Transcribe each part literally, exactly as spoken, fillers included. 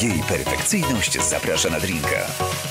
Jej perfekcyjność zaprasza na drinka.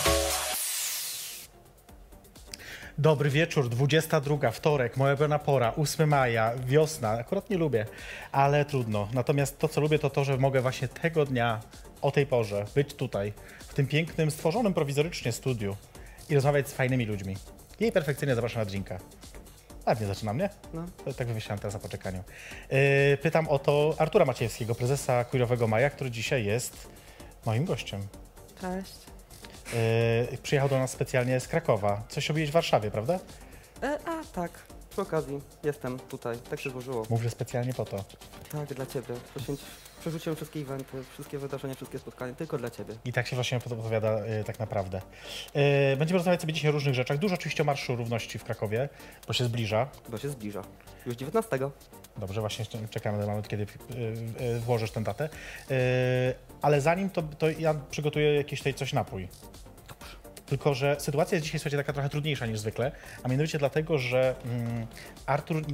Dobry wieczór, dwudziesta druga, wtorek, moja ulubiona pora, ósmego maja, wiosna. Akurat nie lubię, ale trudno. Natomiast to, co lubię, to to, że mogę właśnie tego dnia, o tej porze, być tutaj, w tym pięknym, stworzonym prowizorycznie studiu i rozmawiać z fajnymi ludźmi. Jej perfekcyjnie zapraszam na drinka. Ładnie zaczynam, nie? No. To tak wymyślałem teraz na poczekaniu. Yy, pytam o to Artura Maciejewskiego, prezesa Queerowego Maja, który dzisiaj jest moim gościem. Cześć. Yy, przyjechał do nas specjalnie z Krakowa. Coś robiłeś w Warszawie, prawda? E, a tak, przy okazji jestem tutaj, tak się złożyło. Mów, że specjalnie po to. Tak, dla Ciebie. Poświęć, przerzuciłem wszystkie eventy, wszystkie wydarzenia, wszystkie spotkania, tylko dla Ciebie. I tak się właśnie opowiada yy, tak naprawdę. Yy, będziemy rozmawiać sobie dzisiaj o różnych rzeczach. Dużo oczywiście o Marszu Równości w Krakowie, bo się zbliża. Bo się zbliża. Już dziewiętnastego. Dobrze, właśnie czekamy na moment, kiedy yy, yy, włożysz tę datę. Yy, ale zanim to, to ja przygotuję jakieś tutaj coś napój. Tylko że sytuacja jest dzisiaj, słuchajcie, taka trochę trudniejsza niż zwykle, a mianowicie dlatego, że mm, Artur yy,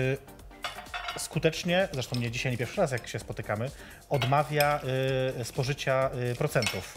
skutecznie, zresztą nie dzisiaj, nie pierwszy raz jak się spotykamy, odmawia yy, spożycia yy, procentów.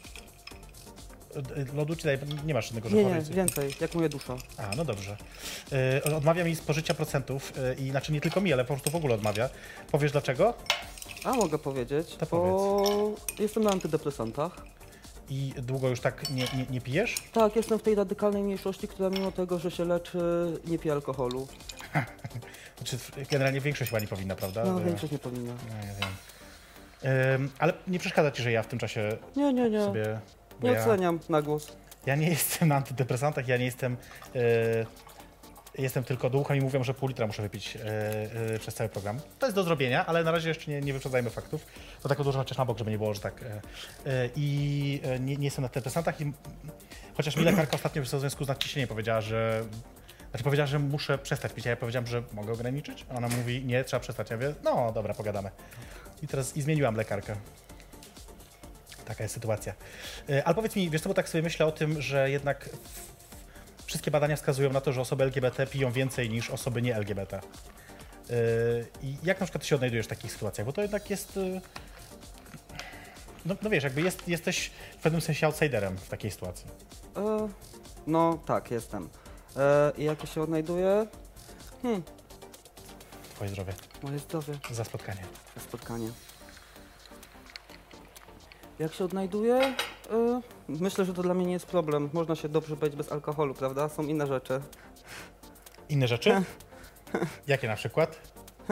Lodu ci daję, nie masz żadnego Nie, nie, rzeczy. więcej, jak moja dusza. A, no dobrze. Yy, odmawia mi spożycia procentów yy, i znaczy nie tylko mi, ale po prostu w ogóle odmawia. Powiesz dlaczego? A mogę powiedzieć, To bo powiedz. Jestem na antydepresantach. I długo już tak nie, nie, nie pijesz? Tak, jestem w tej radykalnej mniejszości, która mimo tego, że się leczy, nie pije alkoholu. Znaczy, generalnie większość chyba nie powinna, prawda? No, większość nie powinna. No, ja wiem. Ym, ale nie przeszkadza ci, że ja w tym czasie Nie, nie, nie. sobie... Nie ja, oceniam na głos. ja nie jestem na antydepresantach, ja nie jestem... Yy, jestem tylko do ucha i mówią, że pół litra muszę wypić yy, yy, przez cały program. To jest do zrobienia, ale na razie jeszcze nie, nie wyprzedzajmy faktów. To tak odłożę chociaż na bok, żeby nie było, że tak... Yy, yy, I yy, nie, nie jestem na antydepresantach i chociaż mi lekarka ostatnio w związku z nadciśnieniem powiedziała, że... Znaczy powiedziała, że muszę przestać pić, a ja powiedziałam, że mogę ograniczyć. A ona mówi, nie, trzeba przestać. Ja mówię, no dobra, pogadamy. I teraz i zmieniłam lekarkę. Taka jest sytuacja. Ale powiedz mi, wiesz co, bo tak sobie myślę o tym, że jednak wszystkie badania wskazują na to, że osoby L G B T piją więcej niż osoby nie L G B T. I jak na przykład ty się odnajdujesz w takich sytuacjach? Bo to jednak jest... No, no wiesz, jakby jest, jesteś w pewnym sensie outsiderem w takiej sytuacji. E, no tak, jestem. E, I jak ja się odnajduję? Hmm. Twoje zdrowie. Moje zdrowie. Za spotkanie. Za spotkanie. Jak się odnajduję? E, myślę, że to dla mnie nie jest problem. Można się dobrze bawić bez alkoholu, prawda? Są inne rzeczy. Inne rzeczy? Jakie na przykład?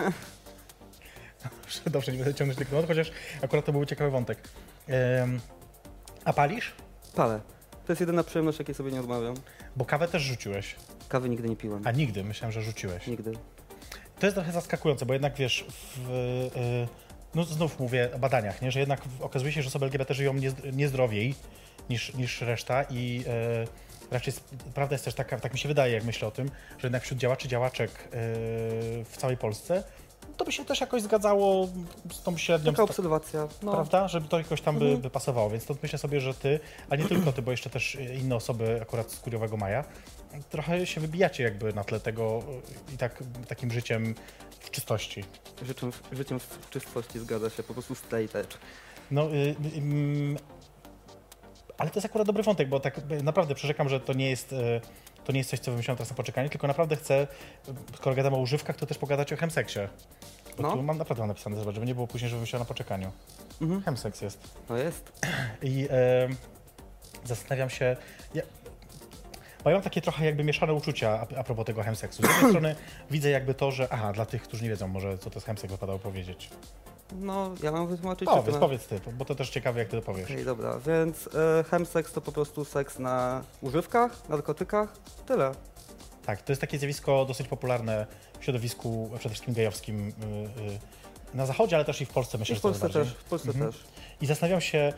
Dobrze, nie będę ciągnąć tylko, chociaż akurat to był ciekawy wątek. Um, a palisz? Palę. To jest jedyna przyjemność, jakiej sobie nie odmawiam. Bo kawę też rzuciłeś. Kawy nigdy nie piłem. A nigdy? Myślałem, że rzuciłeś. Nigdy. To jest trochę zaskakujące, bo jednak wiesz, w, yy, no znów mówię o badaniach, nie? Że jednak okazuje się, że osoby L G B T żyją niezdrowiej niż, niż reszta i yy, raczej prawda jest też taka, tak mi się wydaje, jak myślę o tym, że jednak wśród działaczy, działaczek yy, w całej Polsce to by się też jakoś zgadzało z tą średnią... Taka obserwacja. No. Prawda? Żeby to jakoś tam mhm. by, by pasowało, więc to myślę sobie, że ty, a nie tylko ty, bo jeszcze też inne osoby akurat z Queerowego Maja, trochę się wybijacie jakby na tle tego i tak takim życiem w czystości. Życiem, życiem w czystości, zgadza się, po prostu straight edge. No, y, y, y, ale to jest akurat dobry wątek, bo tak naprawdę przyrzekam, że to nie jest... Y, To nie jest coś, co wymyśliłam teraz na poczekanie, tylko naprawdę chcę, skoro gadamy o używkach, to też pogadać o chemseksie. Bo no. tu mam naprawdę napisane, zobacz, żeby nie było później, że wymyśliłam na poczekaniu. Mhm. Chemseks jest. To jest. I e, zastanawiam się, ja, bo ja mam takie trochę jakby mieszane uczucia a, a propos tego chemseksu. Z jednej strony widzę jakby to, że aha, dla tych, którzy nie wiedzą może, co to jest chemseks, wypadało powiedzieć. No, ja mam wytłumaczyć... Powiedz, powiedz ty, bo to też ciekawe, jak ty to powiesz. Okej, okay, dobra, więc e, chemseks to po prostu seks na używkach, narkotykach, tyle. Tak, to jest takie zjawisko dosyć popularne w środowisku przede wszystkim gejowskim yy, yy, na zachodzie, ale też i w Polsce, myślę, I w Polsce że to też, w Polsce mhm. też. I zastanawiam się,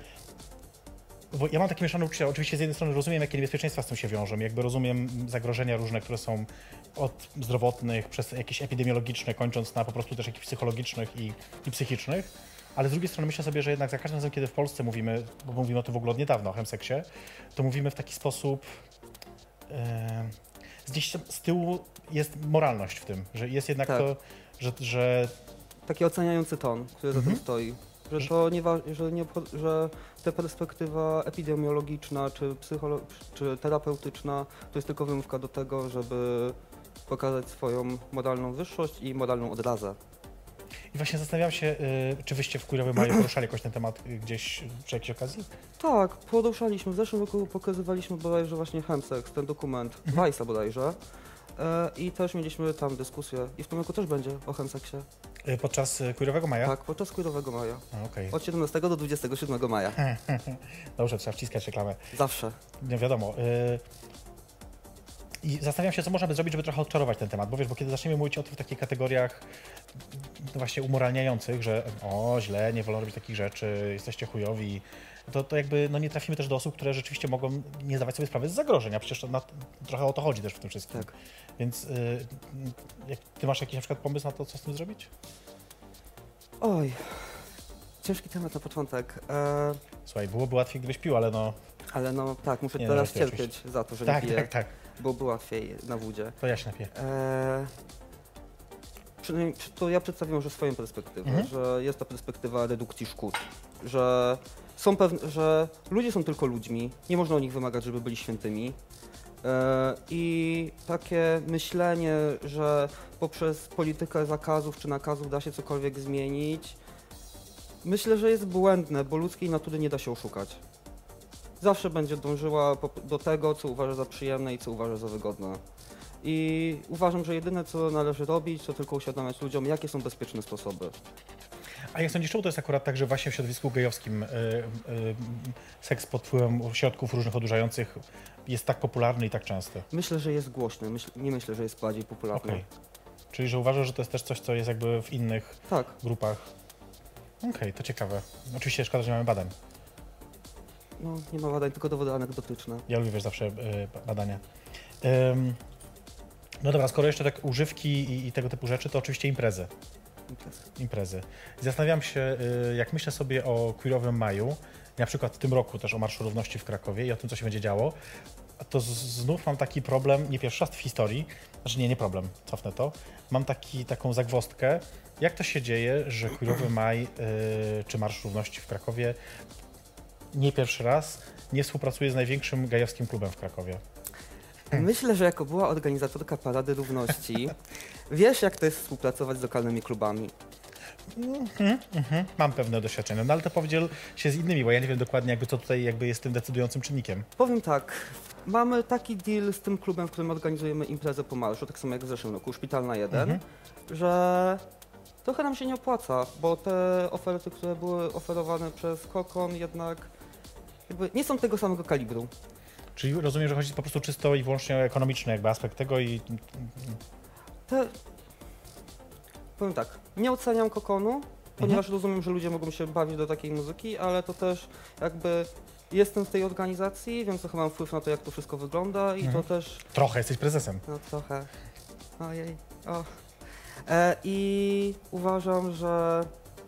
bo ja mam takie mieszane uczucia, oczywiście z jednej strony rozumiem, jakie niebezpieczeństwa z tym się wiążą, jakby rozumiem zagrożenia różne, które są od zdrowotnych, przez jakieś epidemiologiczne, kończąc na po prostu też jakichś psychologicznych i, i psychicznych, ale z drugiej strony myślę sobie, że jednak za każdym razem, kiedy w Polsce mówimy, bo mówimy o tym w ogóle od niedawna, o chemseksie, to mówimy w taki sposób, yy, gdzieś z tyłu jest moralność w tym, że jest jednak tak. to, że, że... Taki oceniający ton, który za mhm. tym stoi. Że to nie, wa- że, nie obcho- że ta perspektywa epidemiologiczna czy, psycholo- czy terapeutyczna to jest tylko wymówka do tego, żeby pokazać swoją moralną wyższość i moralną odrazę. I właśnie zastanawiam się, y, czy wyście w Queerowym Maju poruszali jakoś ten temat y, gdzieś przy jakiejś okazji? Tak, poruszaliśmy. W zeszłym roku pokazywaliśmy bodajże właśnie Chemsex, ten dokument, mhm. Vice'a bodajże. E, I też mieliśmy tam dyskusję. I w tym roku też będzie o Chemsexie. Y, podczas y, Queerowego Maja? Tak, podczas Queerowego Maja. A, okej. Od siedemnastego do dwudziestego siódmego maja. Dobrze, trzeba wciskać reklamę. Zawsze. Nie wiadomo. Y, I zastanawiam się, co można by zrobić, żeby trochę odczarować ten temat, bo wiesz, bo kiedy zaczniemy mówić o tym w takich kategoriach no właśnie umoralniających, że o, źle, nie wolno robić takich rzeczy, jesteście chujowi, to, to jakby no nie trafimy też do osób, które rzeczywiście mogą nie zdawać sobie sprawy z zagrożenia. Przecież to na, trochę o to chodzi też w tym wszystkim. Tak. Więc y, jak ty masz jakiś na przykład pomysł na to, co z tym zrobić? Oj, ciężki temat na początek. E, Słuchaj, byłoby łatwiej, gdybyś pił, ale no... ale no tak, muszę Nie, teraz no, cierpieć oczywiście. za to, że Tak, nie piję, tak, tak. byłoby łatwiej na wódzie. To ja się napiję. E, przynajmniej to ja przedstawiłem już swoją perspektywę, Mhm. że jest to perspektywa redukcji szkód, że są pewne, że ludzie są tylko ludźmi, nie można o nich wymagać, żeby byli świętymi. E, I takie myślenie, że poprzez politykę zakazów czy nakazów da się cokolwiek zmienić, myślę, że jest błędne, bo ludzkiej natury nie da się oszukać. Zawsze będzie dążyła po- do tego, co uważa za przyjemne i co uważa za wygodne. I uważam, że jedyne, co należy robić, to tylko uświadamiać ludziom, jakie są bezpieczne sposoby. A jak sądzisz, czemu to jest akurat tak, że właśnie w środowisku gejowskim y, y, seks pod wpływem środków różnych odurzających jest tak popularny i tak częsty? Myślę, że jest głośny, myśl, nie myślę, że jest bardziej popularny. Okej. Czyli, że uważasz, że to jest też coś, co jest jakby w innych Tak. grupach? Okej, to ciekawe. Oczywiście szkoda, że nie mamy badań. No, nie ma badań, tylko dowody anegdotyczne. Ja lubię, wiesz, zawsze y, badania. Ym, no dobra, skoro jeszcze tak używki i, i tego typu rzeczy, to oczywiście imprezy. Imprezy. imprezy. Zastanawiam się, y, jak myślę sobie o Queerowym Maju, na przykład w tym roku też o Marszu Równości w Krakowie i o tym, co się będzie działo, to z, znów mam taki problem, nie pierwszy raz w historii, znaczy nie, nie problem, cofnę to, mam taki, taką zagwozdkę, jak to się dzieje, że Queerowy Maj y, czy Marsz Równości w Krakowie nie pierwszy raz nie współpracuje z największym gejowskim klubem w Krakowie. Myślę, że jako była organizatorka Parady Równości, wiesz, jak to jest współpracować z lokalnymi klubami. Mhm, mhm. Mam pewne doświadczenia, no ale to podziel się z innymi, bo ja nie wiem dokładnie jakby co tutaj jakby jest tym decydującym czynnikiem. Powiem tak, mamy taki deal z tym klubem, w którym organizujemy imprezę po marszu, tak samo jak w zeszłym roku, Szpitalna jeden, Mhm. że trochę nam się nie opłaca, bo te oferty, które były oferowane przez Kokon jednak jakby nie są tego samego kalibru. Czyli rozumiem, że chodzi po prostu czysto i wyłącznie o ekonomiczny jakby aspekt tego i... Te... Powiem tak, nie oceniam Kokonu, ponieważ rozumiem, że ludzie mogą się bawić do takiej muzyki, ale to też jakby jestem w tej organizacji, więc trochę mam wpływ na to, jak to wszystko wygląda i Mhm. to też, Trochę jesteś prezesem. no trochę, ojej, o. E, I uważam, że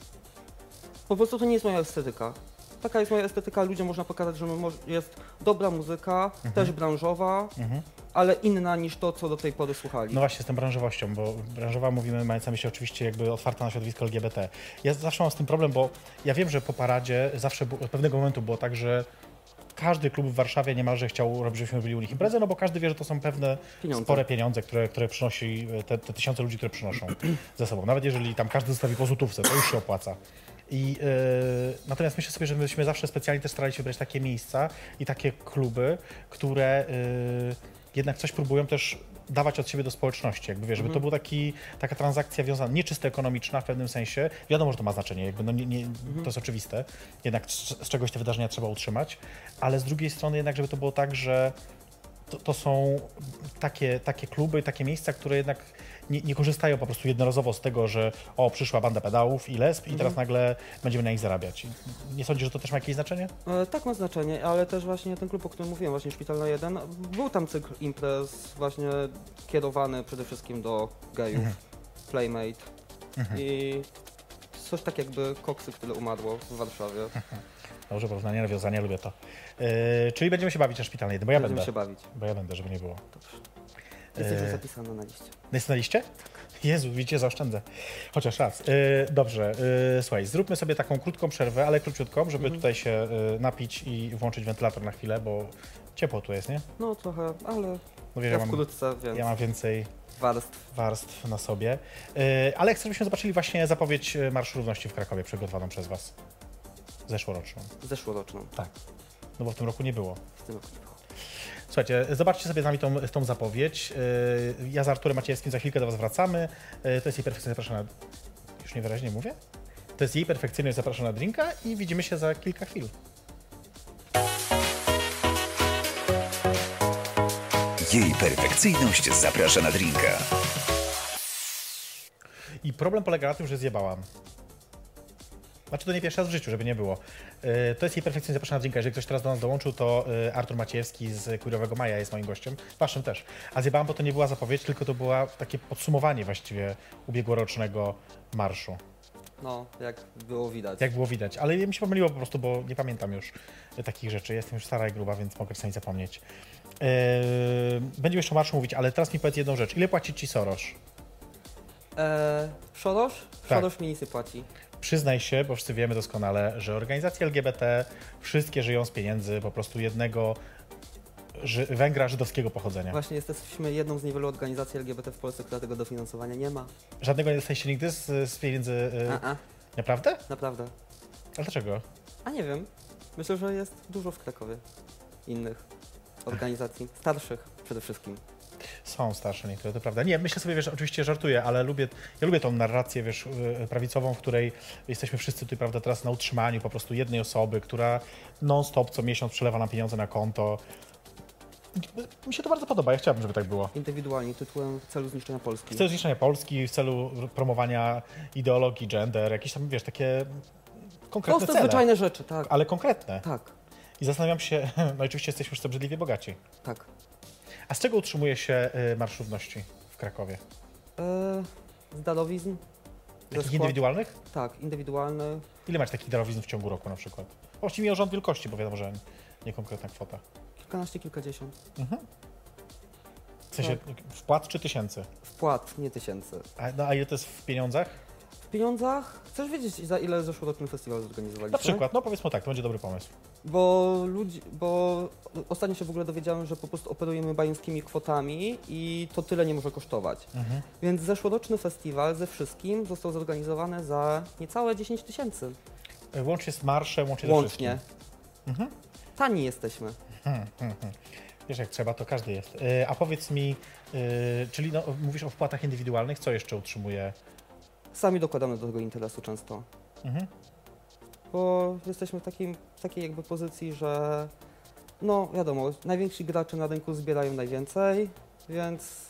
po prostu to nie jest moja estetyka. Taka jest moja estetyka, ludziom można pokazać, że mo- jest dobra muzyka, też branżowa, Mhm. ale inna niż to, co do tej pory słuchali. No właśnie z tą branżowością, bo branżowa mówimy, mając na myśli oczywiście jakby otwarta na środowisko L G B T. Ja zawsze mam z tym problem, bo ja wiem, że po paradzie zawsze bu- od pewnego momentu było tak, że każdy klub w Warszawie niemalże chciał robić, żebyśmy byli u nich imprezę, no bo każdy wie, że to są pewne Pieniądze. spore pieniądze, które, które przynosi, te, te tysiące ludzi, które przynoszą ze sobą. Nawet jeżeli tam każdy zostawi po złotówce, to już się opłaca. I, yy, natomiast myślę sobie, że myśmy zawsze specjalnie też starali się wybrać takie miejsca i takie kluby, które yy, jednak coś próbują też dawać od siebie do społeczności, jakby wiesz, żeby to była taki, taka transakcja wiązana, nie czysto ekonomiczna w pewnym sensie, wiadomo, że to ma znaczenie, jakby no nie, nie, to jest oczywiste, jednak z, z czegoś te wydarzenia trzeba utrzymać, ale z drugiej strony jednak, żeby to było tak, że to, to są takie, takie kluby, takie miejsca, które jednak nie, nie korzystają po prostu jednorazowo z tego, że o, przyszła banda pedałów i lesb i teraz nagle będziemy na nich zarabiać. Nie sądzisz, że to też ma jakieś znaczenie? E, tak ma znaczenie, ale też właśnie ten klub, o którym mówiłem, właśnie Szpitalna jeden, był tam cykl imprez właśnie kierowany przede wszystkim do gejów, Playmate i coś tak jakby koksy, które umarło w Warszawie. Dobrze, porównanie, nawiązania, lubię to. Yy, czyli będziemy się bawić na Szpitalnej jeden, bo ja Będziemy będę. się bawić. Bo ja będę, żeby nie było. Jesteś już E, zapisana na liście. Jest na liście? Jezu, widzicie, zaoszczędzę. Chociaż raz. Yy, dobrze, yy, słuchaj, zróbmy sobie taką krótką przerwę, ale króciutką, żeby Mhm. tutaj się yy, napić i włączyć wentylator na chwilę, bo ciepło tu jest, nie? No trochę, ale No wiesz, ja ja mam, wkrótce, więc ja mam więcej warstw. warstw na sobie. Yy, ale chcę, żebyśmy zobaczyli właśnie zapowiedź yy, Marszu Równości w Krakowie przygotowaną przez Was. Zeszłoroczną. Zeszłoroczną. Tak. No bo w tym roku nie było. W tym roku nie było. Słuchajcie, zobaczcie sobie z nami tą, tą zapowiedź. Yy, Ja z Arturem Maciejewskim za chwilkę do Was wracamy. Yy, To jest jej perfekcyjnie zapraszana... Już niewyraźnie mówię? To jest jej perfekcyjnie zapraszana drinka i widzimy się za kilka chwil. Jej perfekcyjność zaprasza na drinka. I problem polega na tym, że zjebałam. Znaczy to nie pierwszy raz w życiu, żeby nie było. Yy, To jest jej perfekcyjnie zapraszana drinka. Jeżeli ktoś teraz do nas dołączył, to yy, Artur Maciejewski z Queerowego Maja jest moim gościem. Waszym też. A zjebałam, bo to nie była zapowiedź, tylko to była takie podsumowanie właściwie ubiegłorocznego marszu. No, jak było widać. Jak było widać, ale mi się pomyliło po prostu, bo nie pamiętam już takich rzeczy. Jestem już stara i gruba, więc mogę czasami zapomnieć. Yy, będziemy jeszcze o marszu mówić, ale teraz mi powiedz jedną rzecz. Ile płaci ci Soros? Eee, Szorosz? Tak. Szorosz mi nic nie płaci. Przyznaj się, bo wszyscy wiemy doskonale, że organizacje L G B T wszystkie żyją z pieniędzy po prostu jednego ży Węgra żydowskiego pochodzenia. Właśnie jesteśmy jedną z niewielu organizacji L G B T w Polsce, która tego dofinansowania nie ma. Żadnego nie dostaliście nigdy z, z pieniędzy... Yy... A, a, Naprawdę? naprawdę. Ale dlaczego? A nie wiem. Myślę, że jest dużo w Krakowie innych organizacji, starszych przede wszystkim. Są starsze niektóre, to prawda. Nie, myślę sobie, wiesz, oczywiście żartuję, ale lubię, ja lubię tą narrację, wiesz, yy, prawicową, w której jesteśmy wszyscy tutaj, prawda, teraz na utrzymaniu po prostu jednej osoby, która non-stop co miesiąc przelewa nam pieniądze na konto. Mi się to bardzo podoba, ja chciałbym, żeby tak było. Indywidualnie, tytułem w celu zniszczenia Polski. W celu zniszczenia Polski, w celu promowania ideologii, gender, jakieś tam, wiesz, takie konkretne Proste, cele, zwyczajne rzeczy, tak. ale konkretne. Tak, I zastanawiam się, no oczywiście jesteśmy już obrzydliwie bogaci. tak. A z czego utrzymuje się y, Marsz Równości w Krakowie? Eee, z darowizn. ze Takich skła- indywidualnych? Tak, indywidualny. Ile macie takich darowizn w ciągu roku na przykład? Właściwie mi o rząd wielkości, bo wiadomo, że nie konkretna kwota. Kilkanaście, kilkadziesiąt. Mhm. W sensie wpłat czy tysięcy? Wpłat, nie tysięcy. A, no, a ile to jest w pieniądzach? W pieniądzach? Chcesz wiedzieć, za ile zeszłoroczny festiwal zorganizowaliśmy? Na przykład, no powiedzmy tak, to będzie dobry pomysł. Bo ludzi, bo ostatnio się w ogóle dowiedziałem, że po prostu operujemy bajeńskimi kwotami i to tyle nie może kosztować. Mhm. Więc zeszłoroczny festiwal ze wszystkim został zorganizowany za niecałe dziesięć tysięcy. Łącznie z marszem, łącznie, ze Łącznie. wszystkim. Mhm. Tani jesteśmy. Hmm, hmm, hmm. Wiesz, jak trzeba, to każdy jest. Yy, a powiedz mi, yy, czyli no, mówisz o wpłatach indywidualnych, co jeszcze utrzymuje? Sami dokładamy do tego interesu często. Mhm. Bo jesteśmy w, takim, w takiej jakby pozycji, że no wiadomo, najwięksi gracze na rynku zbierają najwięcej, więc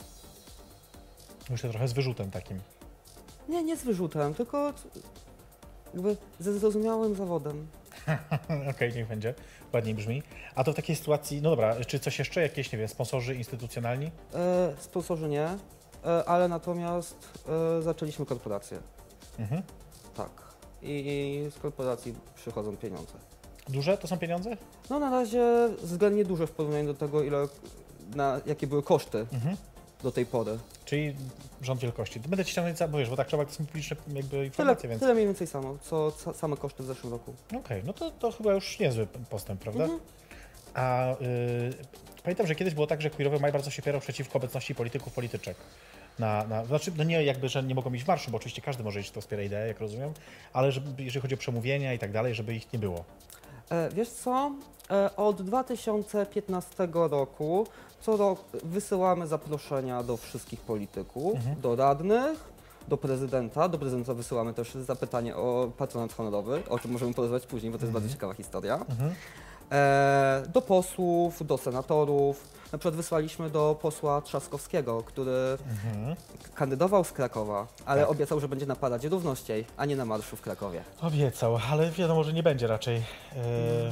Myślę trochę z wyrzutem takim. nie, nie z wyrzutem, tylko jakby ze zrozumiałym zawodem. Okej, niech będzie. Ładniej brzmi. A to w takiej sytuacji, no dobra, czy coś jeszcze? Jakieś, nie wiem, sponsorzy instytucjonalni? E, sponsorzy nie, e, ale natomiast e, zaczęliśmy korporacje. Mhm. Tak. I, I z korporacji przychodzą pieniądze. Duże to są pieniądze? No na razie względnie duże w porównaniu do tego, ile, na, jakie były koszty Mhm. do tej pory. Czyli rząd wielkości. To będę ci ściągnąć za, bo wiesz, bo tak trzeba, to są publiczne jakby Tyle, informacje, więc... tyle mniej więcej samo, co ca, same koszty w zeszłym roku. Okej, no to, to chyba już niezły postęp, prawda? Mhm. A y, pamiętam, że kiedyś było tak, że queerowy maj bardzo się opierał przeciwko obecności polityków, polityczek. Na, na, znaczy, no nie jakby, że nie mogą iść w marszu, bo oczywiście każdy może iść, to wspiera ideę, jak rozumiem, ale żeby, jeżeli chodzi o przemówienia i tak dalej, żeby ich nie było. E, wiesz co? E, od dwa tysiące piętnastego roku co rok wysyłamy zaproszenia do wszystkich polityków, Mhm. do radnych, do prezydenta. Do prezydenta wysyłamy też zapytanie o patronat honorowy, o czym możemy porozmawiać później, bo to jest Mhm. bardzo ciekawa historia. Mhm. E, do posłów, do senatorów. Na przykład wysłaliśmy do posła Trzaskowskiego, który Mhm. kandydował z Krakowa, ale Tak. obiecał, że będzie na Paradzie Równości, a nie na marszu w Krakowie. Obiecał, ale wiadomo, że nie będzie raczej. Yy,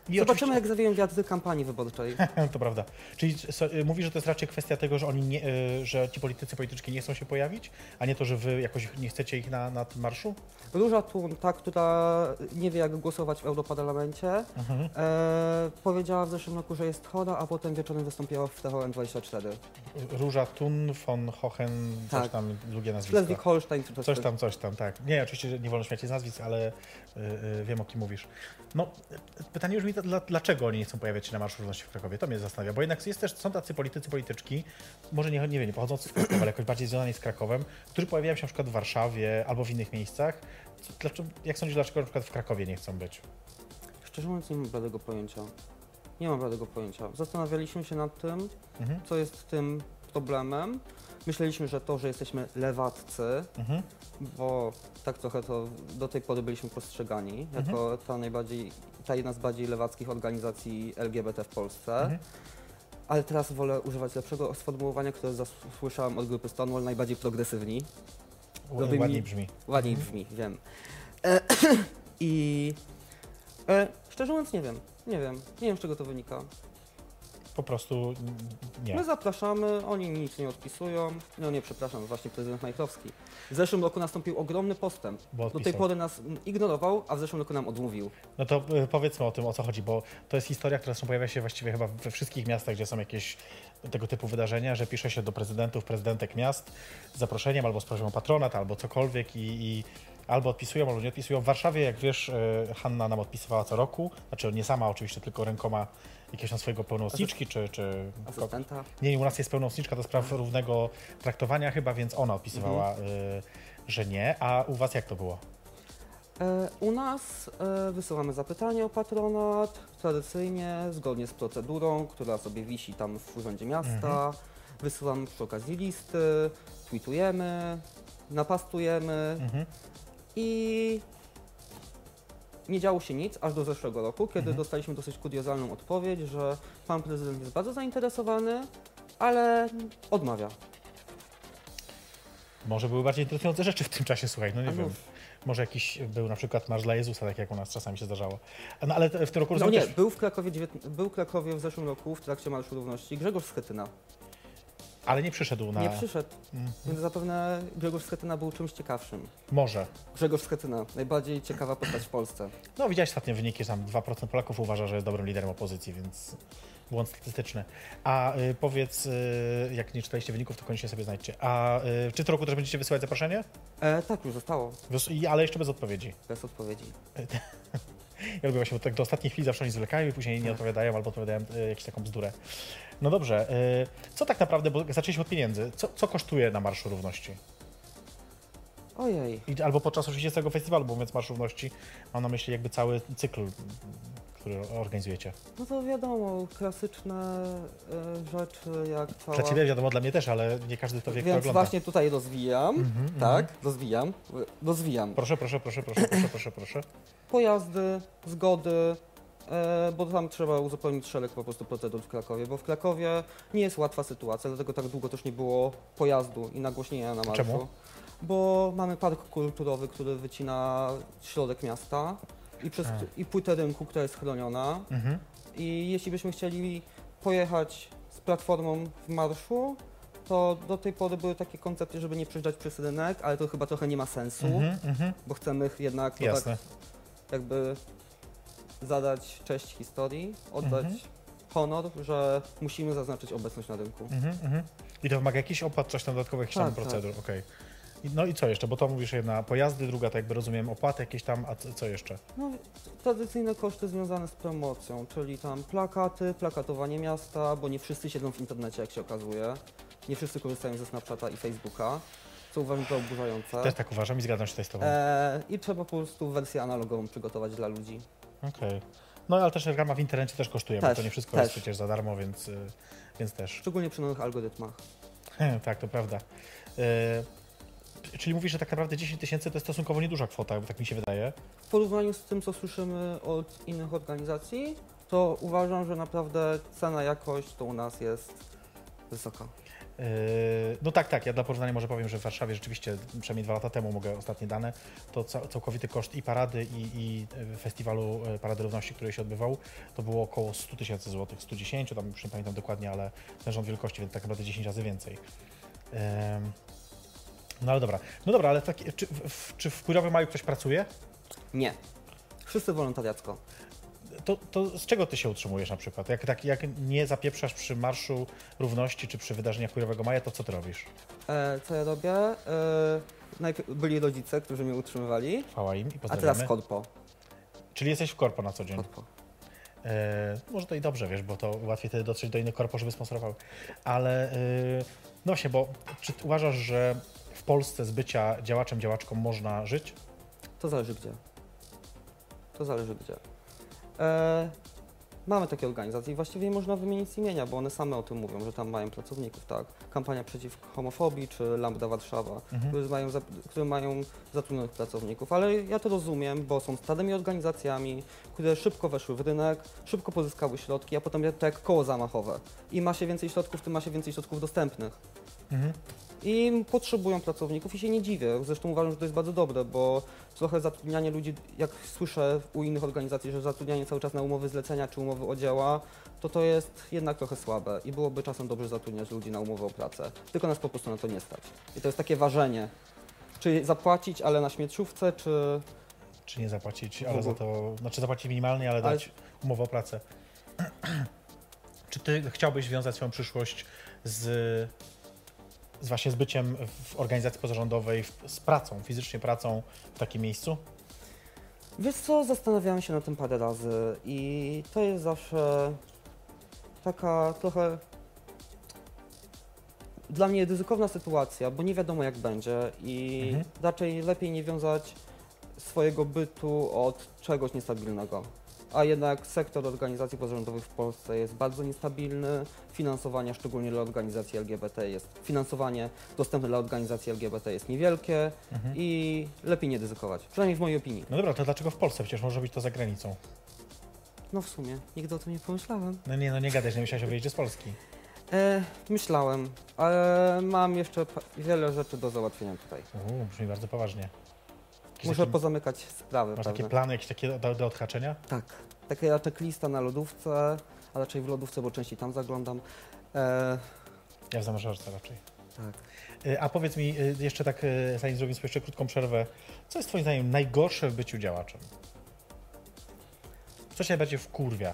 I Zobaczymy, jak zawieją wiatry kampanii wyborczej. To prawda. Czyli so, y, mówisz, że to jest raczej kwestia tego, że oni nie, y, że ci politycy polityczki nie chcą się pojawić, a nie to, że wy jakoś nie chcecie ich na, na tym marszu? Róża Thun, ta, która nie wie, jak głosować w Europarlamencie, Mhm. e, powiedziała w zeszłym roku, że jest chora, a potem wieczorem wystąpiła w T V N dwadzieścia cztery. Róża Thun von Hohen, coś Tak. tam, długie nazwisko. Schleswig-Holstein czy Coś tam, coś tam, tak. Nie, oczywiście że nie wolno śmiać z nazwisk, ale y, y, wiem, o kim mówisz. No, y, pytanie brzmi, dla, dlaczego oni nie chcą pojawiać się na Marszu Równości w Krakowie? To mnie zastanawia, bo jednak jest też, są tacy politycy, polityczki, może nie, nie wiem, nie pochodzący z Krakowa, ale jakoś bardziej związani z Krakowem, którzy pojawiają się na przykład w Warszawie albo w innych miejscach. Co, dlaczego, jak sądzisz, dlaczego na przykład w Krakowie nie chcą być? Szczerze mówiąc, nie mam bladego pojęcia. Nie mam bladego pojęcia. Zastanawialiśmy się nad tym, Mhm. co jest tym problemem. Myśleliśmy, że to, że jesteśmy lewaccy, Mhm. bo tak trochę to do tej pory byliśmy postrzegani jako ta najbardziej, ta jedna z bardziej lewackich organizacji L G B T w Polsce. Mhm. Ale teraz wolę używać lepszego sformułowania, które zasłyszałam od grupy Stonewall, najbardziej progresywni. Robi Ładniej mi- brzmi. Ładniej Mhm. brzmi, wiem. E, I e, szczerze mówiąc nie wiem, nie wiem, nie wiem z czego to wynika. Po prostu nie. My zapraszamy, oni nic nie odpisują. No nie, przepraszam, właśnie prezydent Majchrowski. W zeszłym roku nastąpił ogromny postęp. Bo Do tej odpisał. pory nas mm, ignorował, a w zeszłym roku nam odmówił. No to y, powiedzmy o tym, o co chodzi, bo to jest historia, która zresztą pojawia się właściwie chyba we wszystkich miastach, gdzie są jakieś tego typu wydarzenia, że pisze się do prezydentów, prezydentek miast z zaproszeniem albo z prośbą o patronat, albo cokolwiek i, i albo odpisują, albo nie odpisują. W Warszawie, jak wiesz, y, Hanna nam odpisywała co roku, znaczy nie sama oczywiście, tylko rękoma jakiegoś tam swojego pełnomocniczki, czy, czy... Asystenta. Nie, u nas jest pełnomocniczka do spraw równego traktowania chyba, więc ona odpisywała, y, że nie. A u was jak to było? E, u nas e, wysyłamy zapytanie o patronat, tradycyjnie, zgodnie z procedurą, która sobie wisi tam w Urzędzie Miasta. Mhm. Wysyłamy przy okazji listy, tweetujemy, napastujemy Mhm. i nie działo się nic aż do zeszłego roku, kiedy Mhm. dostaliśmy dosyć kuriozalną odpowiedź, że pan prezydent jest bardzo zainteresowany, ale odmawia. Może były bardziej interesujące rzeczy w tym czasie, słuchaj, no nie A wiem. mów. Może jakiś był na przykład Marsz dla Jezusa, tak jak u nas czasami się zdarzało. No ale w tym roku No rozumiem nie, też... był w Krakowie, dziewiętn- był w Krakowie w zeszłym roku w trakcie Marszu Równości Grzegorz Schetyna. Ale nie przyszedł na... Nie przyszedł, Mhm. więc zapewne Grzegorz Schetyna był czymś ciekawszym. Może. Grzegorz Schetyna, najbardziej ciekawa postać w Polsce. No widziałeś ostatnie wyniki, że tam dwa procent Polaków uważa, że jest dobrym liderem opozycji, więc błąd statystyczny. A y, powiedz, y, jak nie czytaliście wyników, to koniecznie sobie znajdźcie. A y, czy w tym roku też będziecie wysyłać zaproszenie? E, tak, już zostało, Wys- i- Ale jeszcze bez odpowiedzi. bez odpowiedzi. Ja lubię właśnie, bo tak do ostatniej chwili zawsze oni zwlekają i później nie Tak. odpowiadają albo odpowiadają y, jakąś taką bzdurę. No dobrze, y, co tak naprawdę, bo zaczęliśmy od pieniędzy, co, co kosztuje na Marszu Równości? Ojej, I, albo podczas oczywiście tego festiwalu, bo mówiąc Marsz Równości, mam na myśli jakby cały cykl, m, który organizujecie. no to wiadomo, klasyczne e, rzeczy jak cała... Dla Ciebie wiadomo, dla mnie też, ale nie każdy to wie, kto Więc ogląda. właśnie tutaj rozwijam, Mhm, tak, rozwijam, rozwijam. Proszę, proszę, proszę, proszę, proszę, proszę, proszę. Pojazdy, zgody, e, bo tam trzeba uzupełnić szereg po prostu procedur w Krakowie, bo w Krakowie nie jest łatwa sytuacja, dlatego tak długo też nie było pojazdu i nagłośnienia na marszu. Czemu? Bo mamy park kulturowy, który wycina środek miasta i, przez, A. i płytę rynku, która jest chroniona. Mhm. I jeśli byśmy chcieli pojechać z platformą w marszu, to do tej pory były takie koncepty, żeby nie przejeżdżać przez rynek, ale to chyba trochę nie ma sensu, Mhm, mhm. bo chcemy jednak to tak Jasne. jakby zadać cześć historii, oddać Mhm. honor, że musimy zaznaczyć obecność na rynku. Mhm, mhm. I to wymaga jakiś opłat, coś tam dodatkowych, jakichś tam Tak, procedur, okej. I No i co jeszcze? Bo to mówisz jedna pojazdy, druga to jakby rozumiem opłaty jakieś tam, a co, co jeszcze? No, tradycyjne koszty związane z promocją, czyli tam plakaty, plakatowanie miasta, bo nie wszyscy siedzą w internecie, jak się okazuje. Nie wszyscy korzystają ze Snapchata i Facebooka, co uważam za oburzające. Też tak uważam i zgadzam się tutaj z Tobą. E, I trzeba po prostu wersję analogową przygotować dla ludzi. Okej. No ale też reklama w internecie też kosztuje, bo Też, to nie wszystko też. jest przecież za darmo, więc, y, więc też. Szczególnie przy nowych algorytmach. Tak, to prawda. Y, czyli mówisz, że tak naprawdę dziesięć tysięcy to jest stosunkowo nieduża kwota, bo tak mi się wydaje. W porównaniu z tym, co słyszymy od innych organizacji, to uważam, że naprawdę cena jakość to u nas jest wysoka. Yy, no tak, tak, ja dla porównania może powiem, że w Warszawie rzeczywiście, przynajmniej dwa lata temu, mogę ostatnie dane, to ca całkowity koszt i parady, i, i festiwalu Parady Równości, który się odbywał, to było około sto tysięcy złotych, sto dziesięć, tam już nie pamiętam dokładnie, ale ten rząd wielkości, więc tak naprawdę dziesięć razy więcej. Yy, no ale dobra, no dobra, ale tak, czy, w, czy w Kurowym Maju ktoś pracuje? Nie. Wszyscy wolontariacko. To, to z czego ty się utrzymujesz na przykład? Jak, tak, jak nie zapieprzasz przy Marszu Równości czy przy wydarzeniach Kurowego Maja, to co ty robisz? E, co ja robię? E, najpierw byli rodzice, którzy mnie utrzymywali, Chwała im i a pozdrawiamy. teraz korpo. Czyli jesteś w korpo na co dzień? korpo. E, może to i dobrze, wiesz, bo to łatwiej wtedy dotrzeć do innych korpo, żeby sponsorowały. Ale e, no właśnie, bo czy ty uważasz, że w Polsce z bycia działaczem, działaczką można żyć? To zależy gdzie. To zależy gdzie. E, mamy takie organizacje i właściwie można wymienić imienia, bo one same o tym mówią, że tam mają pracowników, tak. Kampania przeciw homofobii czy Lambda Warszawa, Mhm. które, mają, które mają zatrudnionych pracowników, ale ja to rozumiem, bo są starymi organizacjami, które szybko weszły w rynek, szybko pozyskały środki, a potem to jak koło zamachowe. Im ma się więcej środków, tym ma się więcej środków dostępnych. Mhm. I potrzebują pracowników i się nie dziwię. Zresztą uważam, że to jest bardzo dobre, bo trochę zatrudnianie ludzi, jak słyszę u innych organizacji, że zatrudnianie cały czas na umowy zlecenia czy umowy o dzieła, to to jest jednak trochę słabe i byłoby czasem dobrze zatrudniać ludzi na umowę o pracę. Tylko nas po prostu na to nie stać. I to jest takie ważenie. Czy zapłacić, ale na śmieciówce, czy... Czy nie zapłacić, ale za to, znaczy zapłacić minimalnie, ale, ale... dać umowę o pracę. Czy ty chciałbyś wiązać swoją przyszłość z, z właśnie z byciem w organizacji pozarządowej, w, z pracą, fizycznie pracą w takim miejscu? Wiesz co, zastanawiałem się na tym parę razy i to jest zawsze taka trochę dla mnie ryzykowna sytuacja, bo nie wiadomo jak będzie i Mhm. raczej lepiej nie wiązać swojego bytu od czegoś niestabilnego. A jednak sektor organizacji pozarządowych w Polsce jest bardzo niestabilny, finansowanie szczególnie dla organizacji L G B T jest, finansowanie dostępne dla organizacji L G B T jest niewielkie Mhm. i lepiej nie ryzykować, przynajmniej w mojej opinii. No dobra, to dlaczego w Polsce? Przecież może być to za granicą. No w sumie, nigdy o tym nie pomyślałem. No nie, no nie gadaj, że nie myślałeś o wyjeździe z Polski. E, myślałem, ale mam jeszcze pa- wiele rzeczy do załatwienia tutaj. Uuu, brzmi bardzo poważnie. Jakieś Muszę takie, pozamykać sprawy, masz prawda? takie plany, jakieś takie do, do odhaczenia? Tak, taka checklista na lodówce, a raczej w lodówce, bo częściej tam zaglądam. E, Ja w zamrażarce raczej. tak. Y, A powiedz mi y, jeszcze tak, y, zanim zrobimy sobie jeszcze krótką przerwę, co jest twoim zdaniem najgorsze w byciu działaczem? Co cię najbardziej wkurwia?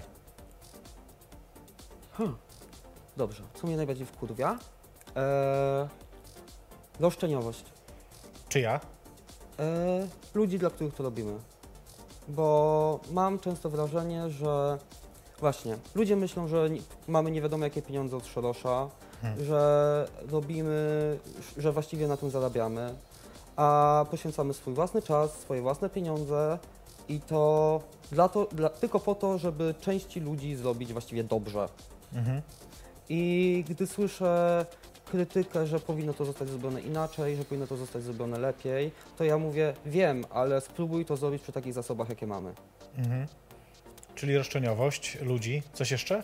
Hmm. Dobrze, co mnie najbardziej wkurwia? E, roszczeniowość. Czy ja? E, ludzi, dla których to robimy. Bo mam często wrażenie, że właśnie ludzie myślą, że nie, mamy nie wiadomo jakie pieniądze od Sorosza, Hmm. że robimy, że właściwie na tym zarabiamy, a poświęcamy swój własny czas, swoje własne pieniądze i to, dla to dla, tylko po to, żeby części ludzi zrobić właściwie dobrze. Mhm. I gdy słyszę krytykę, że powinno to zostać zrobione inaczej, że powinno to zostać zrobione lepiej, to ja mówię, wiem, ale spróbuj to zrobić przy takich zasobach, jakie mamy. Mhm. Czyli roszczeniowość ludzi. Coś jeszcze?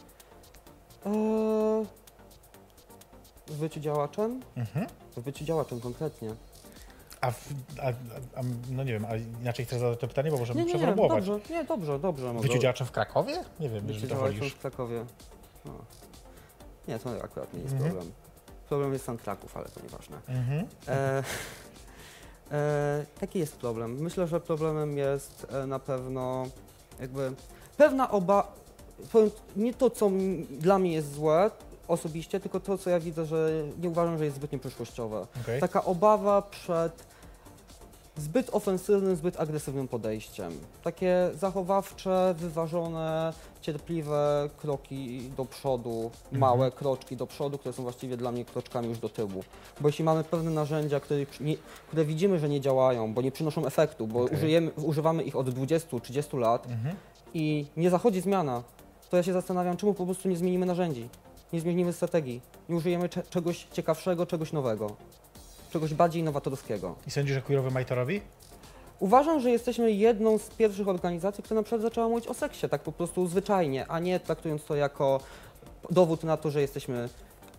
Eee, w byciu działaczem? Mhm. W byciu działaczem konkretnie. A, w, a, a, no nie wiem, a inaczej chcesz zadać to pytanie, bo możemy Nie, nie, nie, przeformułować. dobrze, nie, dobrze, dobrze. W mogę. byciu działaczem w Krakowie? Nie wiem, Byciu jeżeli to działaczem wolisz. w Krakowie. No. Nie, to akurat nie jest Mhm. problem. Problem jest sam Kraków, ale to nieważne. Mhm. E, e, jaki jest problem? Myślę, że problemem jest e, na pewno jakby pewna oba... powiem, nie to, co m- dla mnie jest złe osobiście, tylko to, co ja widzę, że nie uważam, że jest zbytnio przyszłościowe. Okay. Taka obawa przed zbyt ofensywnym, zbyt agresywnym podejściem. Takie zachowawcze, wyważone, cierpliwe kroki do przodu, Mhm. małe kroczki do przodu, które są właściwie dla mnie kroczkami już do tyłu. Bo jeśli mamy pewne narzędzia, które, nie, które widzimy, że nie działają, bo nie przynoszą efektu, bo Okej. użyjemy, używamy ich od dwudziestu trzydziestu lat Mhm. i nie zachodzi zmiana, to ja się zastanawiam, czemu po prostu nie zmienimy narzędzi, nie zmienimy strategii, nie użyjemy cze- czegoś ciekawszego, czegoś nowego, czegoś bardziej nowatorskiego. I sądzisz, że Queerowy Maj to robi? Uważam, że jesteśmy jedną z pierwszych organizacji, która na przykład zaczęła mówić o seksie, tak po prostu zwyczajnie, a nie traktując to jako dowód na to, że jesteśmy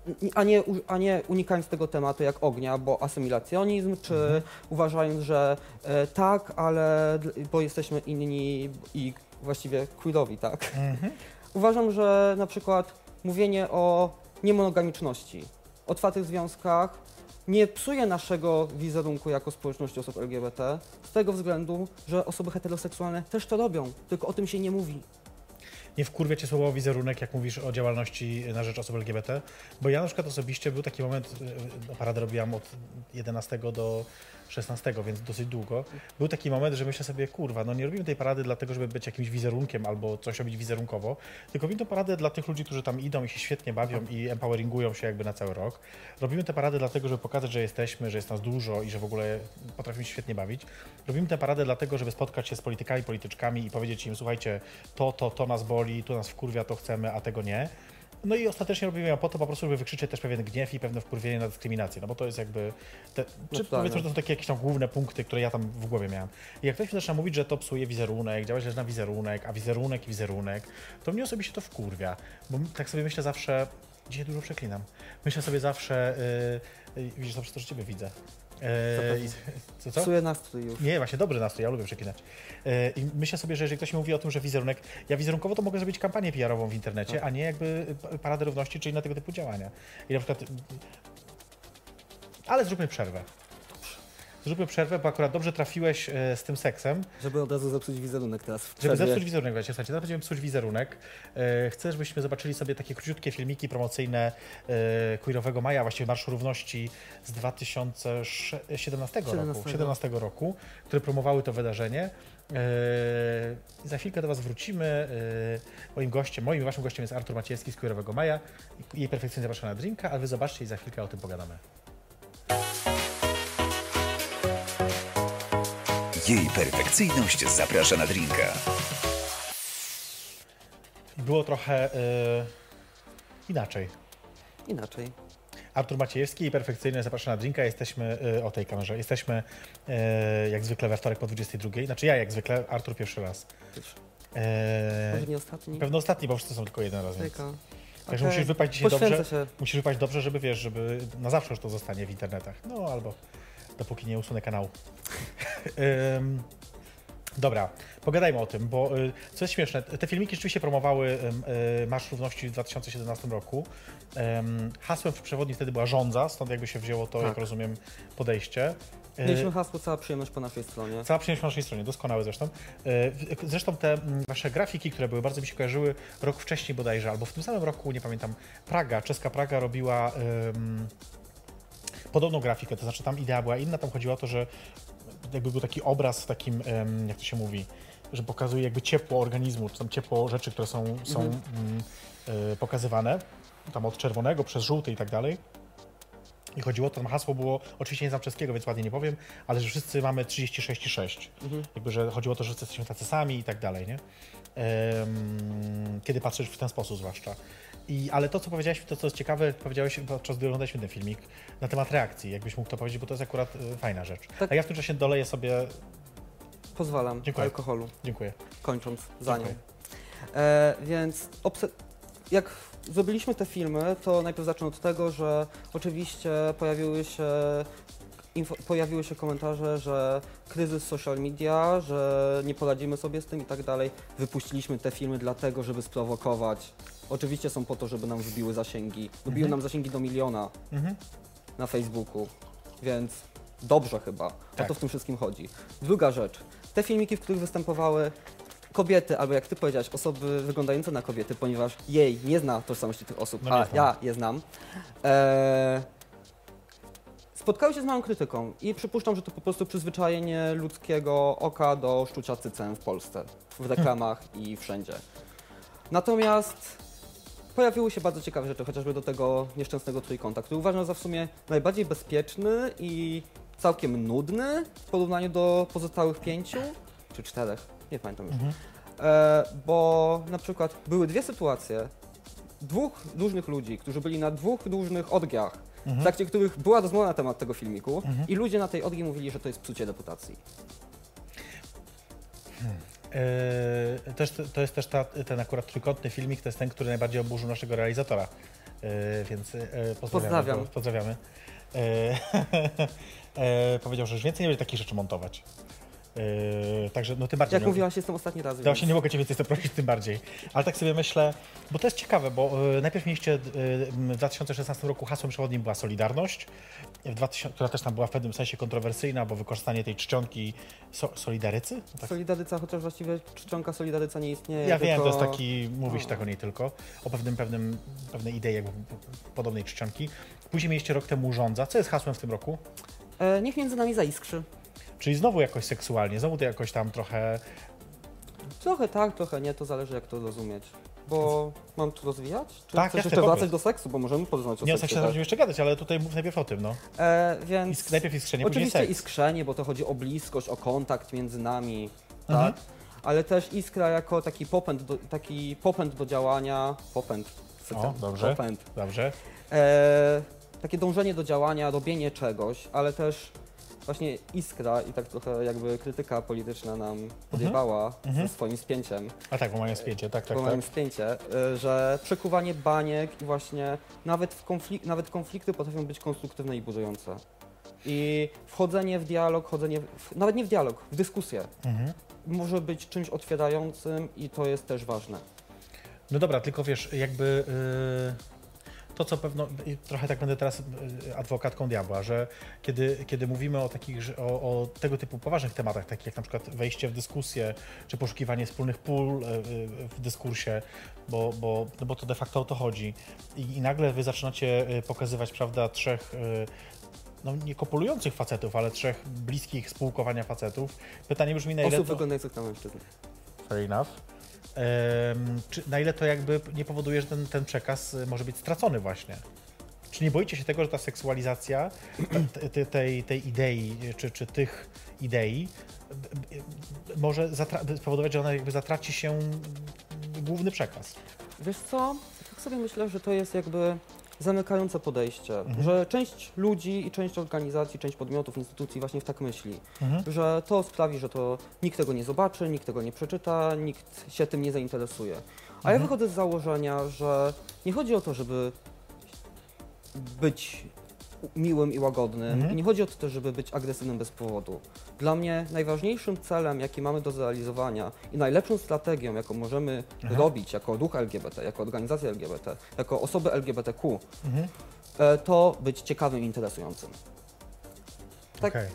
a nie, u- a nie unikając tego tematu jak ognia, bo asymilacjonizm, czy Mhm. uważając, że e, tak, ale dl- bo jesteśmy inni i właściwie queerowi, tak? Mhm. Uważam, że na przykład mówienie o niemonogamiczności, otwartych związkach nie psuje naszego wizerunku jako społeczności osób L G B T z tego względu, że osoby heteroseksualne też to robią, tylko o tym się nie mówi. Nie wkurwia cię słowo wizerunek, jak mówisz o działalności na rzecz osób L G B T? Bo ja na przykład osobiście był taki moment, no, paradę robiłam od jedenastego do szesnastego, więc dosyć długo. Był taki moment, że myślę sobie, kurwa, no nie robimy tej parady dlatego, żeby być jakimś wizerunkiem albo coś robić wizerunkowo, tylko robimy tę paradę dla tych ludzi, którzy tam idą i się świetnie bawią i empoweringują się jakby na cały rok. Robimy tę paradę dlatego, żeby pokazać, że jesteśmy, że jest nas dużo i że w ogóle potrafimy się świetnie bawić. Robimy tę paradę dlatego, żeby spotkać się z politykami, polityczkami i powiedzieć im, słuchajcie, to, to, to nas boli, tu nas wkurwia, to chcemy, a tego nie. No i ostatecznie robimy ją po to po prostu, żeby wykrzyczeć też pewien gniew i pewne wkurwienie na dyskryminację, no bo to jest jakby, te, czy tak, powiedzmy, no. że to są takie jakieś tam główne punkty, które ja tam w głowie miałem. I jak ktoś mi zaczyna mówić, że to psuje wizerunek, działa źle na wizerunek, a wizerunek i wizerunek, to mnie osobiście to wkurwia, bo tak sobie myślę zawsze, dzisiaj dużo przeklinam, myślę sobie zawsze, yy, yy, widzisz, to przez to, że ciebie widzę. Yy, i- co, co? Psuje nastrój już. Nie, właśnie dobry nastrój, ja lubię przeklinać. Yy, I myślę sobie, że jeżeli ktoś mi mówi o tym, że wizerunek, ja wizerunkowo to mogę zrobić kampanię P R-ową w internecie, Tak. a nie jakby p- paradę równości czy inne tego typu działania. I na przykład... Ale zróbmy przerwę. Zróbmy przerwę, bo akurat dobrze trafiłeś e, z tym seksem. Żeby od razu zepsuć wizerunek teraz w Żeby przerwie. zepsuć wizerunek, właśnie, słuchajcie, teraz będziemy psuć wizerunek. E, chcę, żebyśmy zobaczyli sobie takie króciutkie filmiki promocyjne e, Queerowego Maja, właściwie Marszu Równości z dwa tysiące siedemnastego roku, siedemnastego. siedemnastego roku, które promowały to wydarzenie. E, za chwilkę do Was wrócimy. E, moim gościem, moim i Waszym gościem jest Artur Maciejewski z Queerowego Maja. Jej perfekcyjnie zapraszam na drinka, a Wy zobaczcie i za chwilkę o tym pogadamy. Jej perfekcyjność zaprasza na drinka. Było trochę e, inaczej. Inaczej. Artur Maciejewski i perfekcyjnie zapraszam na drinka. Jesteśmy y, o tej kamerze. Jesteśmy y, jak zwykle we wtorek po dwudziestej drugiej. Znaczy ja jak zwykle, Artur pierwszy raz. Pierwszy. E, Może nie ostatni? pewno ostatni, bo wszyscy są tylko jeden raz. Więc. Tylko. Także Okej. musisz wypaść dzisiaj Poświęcę dobrze. się. Musisz wypaść dobrze, żeby wiesz, żeby na zawsze już to zostanie w internetach. No albo dopóki nie usunę kanału. Ym, Dobra, pogadajmy o tym, bo y, co jest śmieszne, te filmiki rzeczywiście promowały y, y, Marsz Równości w dwa tysiące siedemnastym roku. Ym, hasłem w przewodni wtedy była żądza, stąd jakby się wzięło to, Tak. jak rozumiem, podejście. Y, Mieliśmy hasło cała przyjemność po naszej stronie. Cała przyjemność po naszej stronie, doskonałe zresztą. Y, Zresztą te mm, wasze grafiki, które były, bardzo mi się kojarzyły rok wcześniej bodajże, albo w tym samym roku, nie pamiętam, Praga, czeska Praga robiła ym, podobną grafikę, to znaczy tam idea była inna, tam chodziło o to, że jakby był taki obraz w takim, em, jak to się mówi, że pokazuje jakby ciepło organizmu, czy tam ciepło rzeczy, które są, są Mhm. mm, y, pokazywane, tam od czerwonego przez żółty i tak dalej. I chodziło, tam hasło było, oczywiście nie znam czeskiego, więc ładnie nie powiem, ale że wszyscy mamy trzydzieści sześć i sześć. Mhm. Jakby, że chodziło o to, że wszyscy jesteśmy tacy sami i tak dalej, nie? Em, kiedy patrzysz w ten sposób zwłaszcza. I, ale to, co powiedziałeś, to co jest ciekawe, powiedziałeś podczas gdy oglądaliśmy ten filmik, na temat reakcji, jakbyś mógł to powiedzieć, bo to jest akurat y, fajna rzecz. Tak. A ja w tym czasie doleję sobie, Pozwalam. Dziękuję. Alkoholu. dziękuję. Kończąc za nią. Dziękuję. E, więc obse- jak zrobiliśmy te filmy, to najpierw zacznę od tego, że oczywiście pojawiły się, info- pojawiły się komentarze, że kryzys social media, że nie poradzimy sobie z tym i tak dalej. Wypuściliśmy te filmy dlatego, żeby sprowokować. Oczywiście są po to, żeby nam wbiły zasięgi. Wbiły Mhm. nam zasięgi do miliona Mhm. na Facebooku, więc dobrze chyba. Tak. O to w tym wszystkim chodzi. Druga rzecz. Te filmiki, w których występowały kobiety, albo jak ty powiedziałeś, osoby wyglądające na kobiety, ponieważ jej nie zna tożsamości tych osób, No nie a znam. ja je znam, e, spotkały się z małą krytyką i przypuszczam, że to po prostu przyzwyczajenie ludzkiego oka do szczucia cycem w Polsce, w reklamach i wszędzie. Natomiast pojawiły się bardzo ciekawe rzeczy, chociażby do tego nieszczęsnego trójkąta, który uważam za w sumie najbardziej bezpieczny i całkiem nudny w porównaniu do pozostałych pięciu czy czterech, nie pamiętam już. Mhm. E, bo na przykład były dwie sytuacje dwóch różnych ludzi, którzy byli na dwóch różnych orgiach, w Mhm. trakcie których była rozmowa na temat tego filmiku Mhm. i ludzie na tej orgii mówili, że to jest psucie reputacji. Yy, też, to jest też ta, ten akurat trójkątny filmik, to jest ten, który najbardziej oburzył naszego realizatora więc e, pozdrawiamy. Pozdrawiam. Go, pozdrawiamy. E, e, powiedział, że już więcej nie będzie takich rzeczy montować. Yy, także no tym bardziej. Jak no, mówiłaś, jestem ostatni raz. to więc- właśnie nie mogę Cię więcej zaprosić, tym bardziej. Ale tak sobie myślę, bo to jest ciekawe, bo y, najpierw mieliście y, w dwa tysiące szesnastym roku hasłem przewodnim była Solidarność, w dwa tysiące, która też tam była w pewnym sensie kontrowersyjna, bo wykorzystanie tej czcionki so, Solidarycy? Tak. Solidaryca, chociaż właściwie czcionka Solidaryca nie istnieje. Ja wiem, to tylko... jest taki, mówi się tak o niej tylko, o pewnym, pewnym, pewnej idei jakby podobnej czcionki. Później mieliście rok temu Rządza. Co jest hasłem w tym roku? E, niech między nami zaiskrzy. Czyli znowu jakoś seksualnie, znowu to jakoś tam trochę... Trochę tak, trochę nie, to zależy jak to rozumieć. Bo mam tu rozwijać? Czy Tak, chcesz jasne, jeszcze wracać powiedz. do seksu, bo możemy porozmawiać o Nie o seksie. seksie tak? będziemy jeszcze gadać, ale tutaj mów najpierw o tym, no. E, więc Isk, najpierw iskrzenie, później oczywiście seks. iskrzenie, bo to chodzi o bliskość, o kontakt między nami, Mhm. tak? Ale też iskra jako taki popęd do, taki popęd do działania, popęd, O, dobrze. popęd. Dobrze. E, takie dążenie do działania, robienie czegoś, ale też właśnie iskra i tak trochę jakby krytyka polityczna nam podjebała Mhm. ze swoim spięciem, A tak, bo mają spięcie, tak, tak, bo tak. mam spięcie, y, że przekuwanie baniek i właśnie nawet, w konflik- nawet konflikty potrafią być konstruktywne i budujące. I wchodzenie w dialog, wchodzenie w, nawet nie w dialog, w dyskusję Mhm. może być czymś otwierającym i to jest też ważne. No dobra, tylko wiesz, jakby yy, to, co pewno, i trochę tak będę teraz yy, adwokatką diabła, że kiedy, kiedy mówimy o takich, że- o, o tego typu poważnych tematach, takich jak na przykład wejście w dyskusję, czy poszukiwanie wspólnych pól yy, yy, w dyskursie, bo, bo, no bo to de facto o to chodzi. I, i nagle wy zaczynacie yy, pokazywać, prawda, trzech yy, no nie kopulujących facetów, ale trzech bliskich spółkowania facetów. Pytanie brzmi, na ile Osób to... wyglądających na mężczyzn. Fair enough. Em, czy, na ile to jakby nie powoduje, że ten, ten przekaz y, może być stracony właśnie? Czy nie boicie się tego, że ta seksualizacja te- te- tej, tej idei, y, czy, czy tych idei b- b- może zatra- spowodować, że ona jakby zatraci się mm, główny przekaz? Wiesz co, tak sobie myślę, że to jest jakby zamykające podejście, Mhm. że część ludzi i część organizacji, część podmiotów, instytucji właśnie w tak myśli, Mhm. że to sprawi, że to nikt tego nie zobaczy, nikt tego nie przeczyta, nikt się tym nie zainteresuje. A ja Mhm. wychodzę z założenia, że nie chodzi o to, żeby być miłym i łagodnym Mhm. i nie chodzi o to też, żeby być agresywnym bez powodu. Dla mnie najważniejszym celem, jaki mamy do zrealizowania i najlepszą strategią, jaką możemy Aha. robić jako ruch L G B T, jako organizacja L G B T, jako osoby L G B T Q, Mhm. e, to być ciekawym i interesującym. Tak. Okej.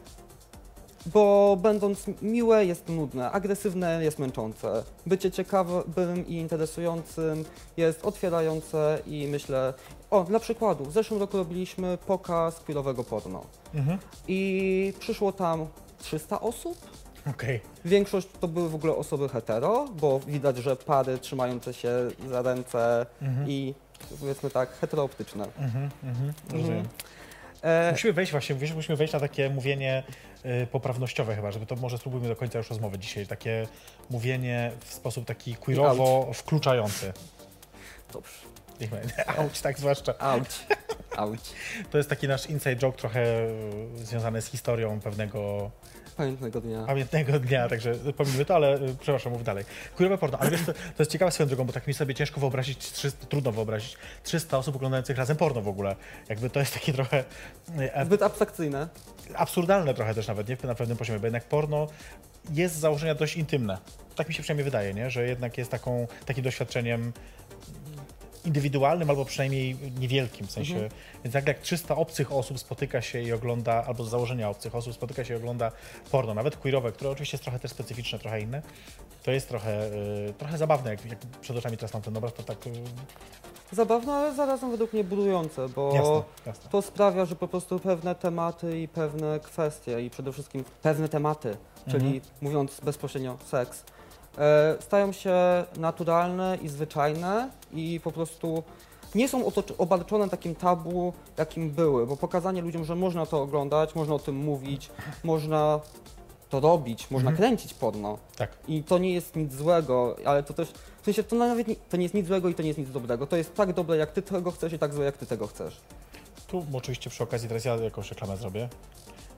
Bo będąc miłe jest nudne, agresywne jest męczące. Bycie ciekawym i interesującym jest otwierające i myślę... O, dla przykładu, w zeszłym roku robiliśmy pokaz queerowego porno Mhm. i przyszło tam trzysta osób. Okej. Większość to były w ogóle osoby hetero, bo widać, że pary trzymające się za ręce Mhm. i powiedzmy tak, heterooptyczne. Mhm. Mhm. Rozumiem. E, Musimy wejść właśnie, wiesz, musimy wejść na takie mówienie y, poprawnościowe chyba, żeby to może spróbujmy do końca już rozmowy dzisiaj, takie mówienie w sposób taki queerowo wkluczający. Dobrze. Niech będzie. Auć, tak zwłaszcza. Auć. Auć. To jest taki nasz inside joke trochę y, związany z historią pewnego Pamiętnego dnia. pamiętnego dnia, także pomijmy to, ale y, przepraszam, mów dalej. Queerowe porno, ale wiesz, to, to jest ciekawe swoją drogą, bo tak mi sobie ciężko wyobrazić, trzysta, trudno wyobrazić trzysta osób oglądających razem porno w ogóle. Jakby to jest takie trochę y, e, Zbyt abstrakcyjne. absurdalne trochę też nawet, nie? Na pewnym poziomie, bo jednak porno jest z założenia dość intymne. Tak mi się przynajmniej wydaje, nie? Że jednak jest taką, takim doświadczeniem indywidualnym albo przynajmniej niewielkim w sensie. Mhm. Więc nagle jak trzysta obcych osób spotyka się i ogląda, albo z założenia obcych osób spotyka się i ogląda porno, nawet queerowe, które oczywiście jest trochę też specyficzne, trochę inne, to jest trochę, y, trochę zabawne, jak, jak przed oczami teraz mam ten obraz, to tak... Y, Zabawne, ale zarazem według mnie budujące, bo jasne, jasne. to sprawia, że po prostu pewne tematy i pewne kwestie i przede wszystkim pewne tematy, czyli Mhm. mówiąc bezpośrednio seks, e, stają się naturalne i zwyczajne i po prostu nie są otocz- obarczone takim tabu, jakim były, bo pokazanie ludziom, że można to oglądać, można o tym mówić, można to robić, można Mhm. kręcić porno. Tak. I to nie jest nic złego, ale to też, w sensie to nawet nie, to nie jest nic złego i to nie jest nic dobrego. To jest tak dobre, jak ty tego chcesz i tak złe, jak ty tego chcesz. Tu oczywiście przy okazji teraz ja jakąś reklamę zrobię.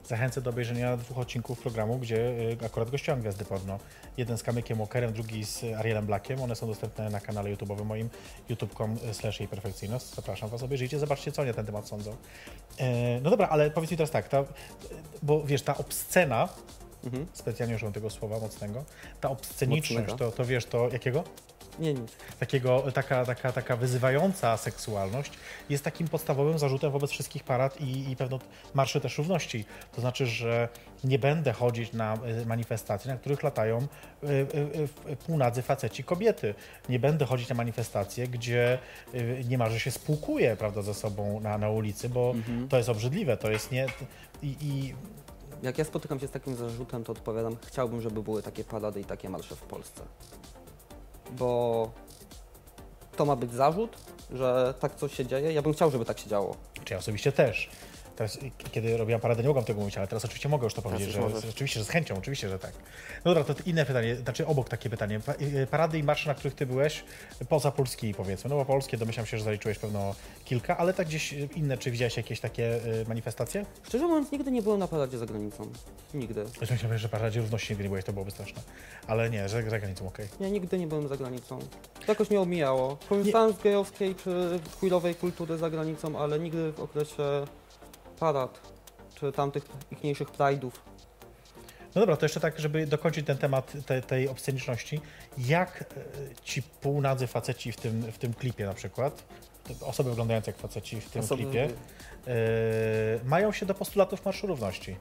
zachęcę do obejrzenia dwóch odcinków programu, gdzie y, akurat gościłam gwiazdy porno. Jeden z Kamykiem Walkerem, drugi z Arielem Blackiem. One są dostępne na kanale YouTube'owym moim, youtube kropka com slash jej perfekcyjność. Zapraszam was, obejrzyjcie, zobaczcie, co oni na ten temat sądzą. E, no dobra, ale powiedz mi teraz tak, ta, bo wiesz, ta obscena, mhm. specjalnie użyłem tego słowa mocnego, ta obsceniczność, to, to wiesz, to jakiego? Nie, nic. Takiego, taka, taka, taka wyzywająca seksualność jest takim podstawowym zarzutem wobec wszystkich parad i, i pewno marszy też równości. To znaczy, że nie będę chodzić na manifestacje, na których latają y, y, y, półnadzy faceci kobiety. Nie będę chodzić na manifestacje, gdzie y, niemalże się spłukuje, prawda, ze sobą na, na ulicy, bo mhm. to jest obrzydliwe, to jest nie... I, i... Jak ja spotykam się z takim zarzutem, to odpowiadam, chciałbym, żeby były takie parady i takie marsze w Polsce. Bo to ma być zarzut, że tak coś się dzieje. Ja bym chciał, żeby tak się działo. Czy ja osobiście też. Teraz, kiedy robiłam paradę, nie mogłam tego mówić, ale teraz oczywiście mogę już to powiedzieć, że możesz. Oczywiście, że z chęcią, oczywiście, że tak. No dobra, to inne pytanie, znaczy obok takie pytanie. Parady i marsze, na których ty byłeś, poza Polski powiedzmy, no bo polskie domyślam się, że zaliczyłeś pewno kilka, ale tak gdzieś inne, czy widziałeś jakieś takie manifestacje? Szczerze mówiąc, nigdy nie byłem na paradzie za granicą. Nigdy. Zresztą myślałem, że paradzie równości nigdy nie byłeś, to byłoby straszne. Ale nie, że za granicą okej. Okay. Nie, nigdy nie byłem za granicą. To jakoś mnie omijało. Korzystałem z gejowskiej czy queerowej kultury za granicą, ale nigdy w okresie parad czy tamtych ichniejszych pride'ów. No dobra, to jeszcze tak, żeby dokończyć ten temat te, tej obsceniczności. Jak ci półnadzy faceci w tym, w tym klipie na przykład, osoby wyglądające jak faceci w tym osoby... klipie, yy, mają się do postulatów Marszu Równości?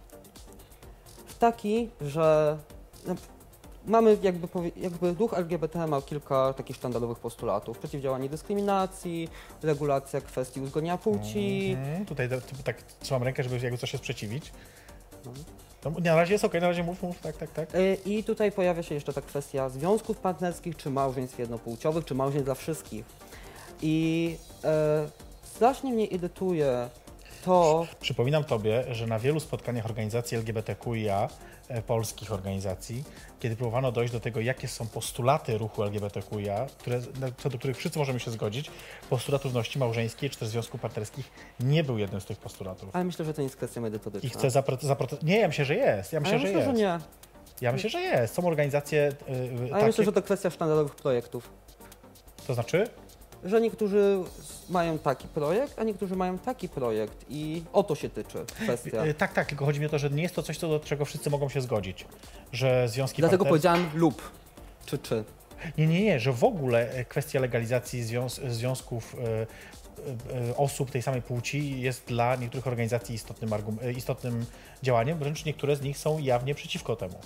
W taki, że mamy jakby, jakby ruch L G B T ma kilka takich sztandarowych postulatów. Przeciwdziałanie dyskryminacji, regulacja kwestii uzgodnienia płci. Mm-hmm. Tutaj to, to, tak trzymam rękę, żeby jakby coś się sprzeciwić. No. No, na razie jest okej, okay, na razie mów, mów, tak, tak, tak. I tutaj pojawia się jeszcze ta kwestia związków partnerskich, czy małżeństw jednopłciowych, czy małżeństw dla wszystkich. I e, strasznie mnie irytuje to... Przypominam tobie, że na wielu spotkaniach organizacji L G B T Q I A, e, polskich organizacji, kiedy próbowano dojść do tego, jakie są postulaty ruchu L G B T Q I A, które, co do których wszyscy możemy się zgodzić, postulat równości małżeńskiej czy też związków partnerskich nie był jednym z tych postulatów. Ale myślę, że to nie jest kwestia merytoryczna. I chcę zaprotestować. Nie, ja myślę, że jest. Ja myślę, Ale że myślę, jest. że nie. Ja myślę, że jest. Są organizacje yy, Ale takie... myślę, że to kwestia sztandarowych projektów. To znaczy? Że niektórzy mają taki projekt, a niektórzy mają taki projekt i o to się tyczy kwestia. Yy, tak, tak, tylko chodzi mi o to, że nie jest to coś, co do czego wszyscy mogą się zgodzić. Że związki Dlatego partner... powiedziałem lub, czy czy. Nie, nie, nie, że w ogóle kwestia legalizacji związ związków yy, yy, osób tej samej płci jest dla niektórych organizacji istotnym, yy, istotnym działaniem, wręcz niektóre z nich są jawnie przeciwko temu.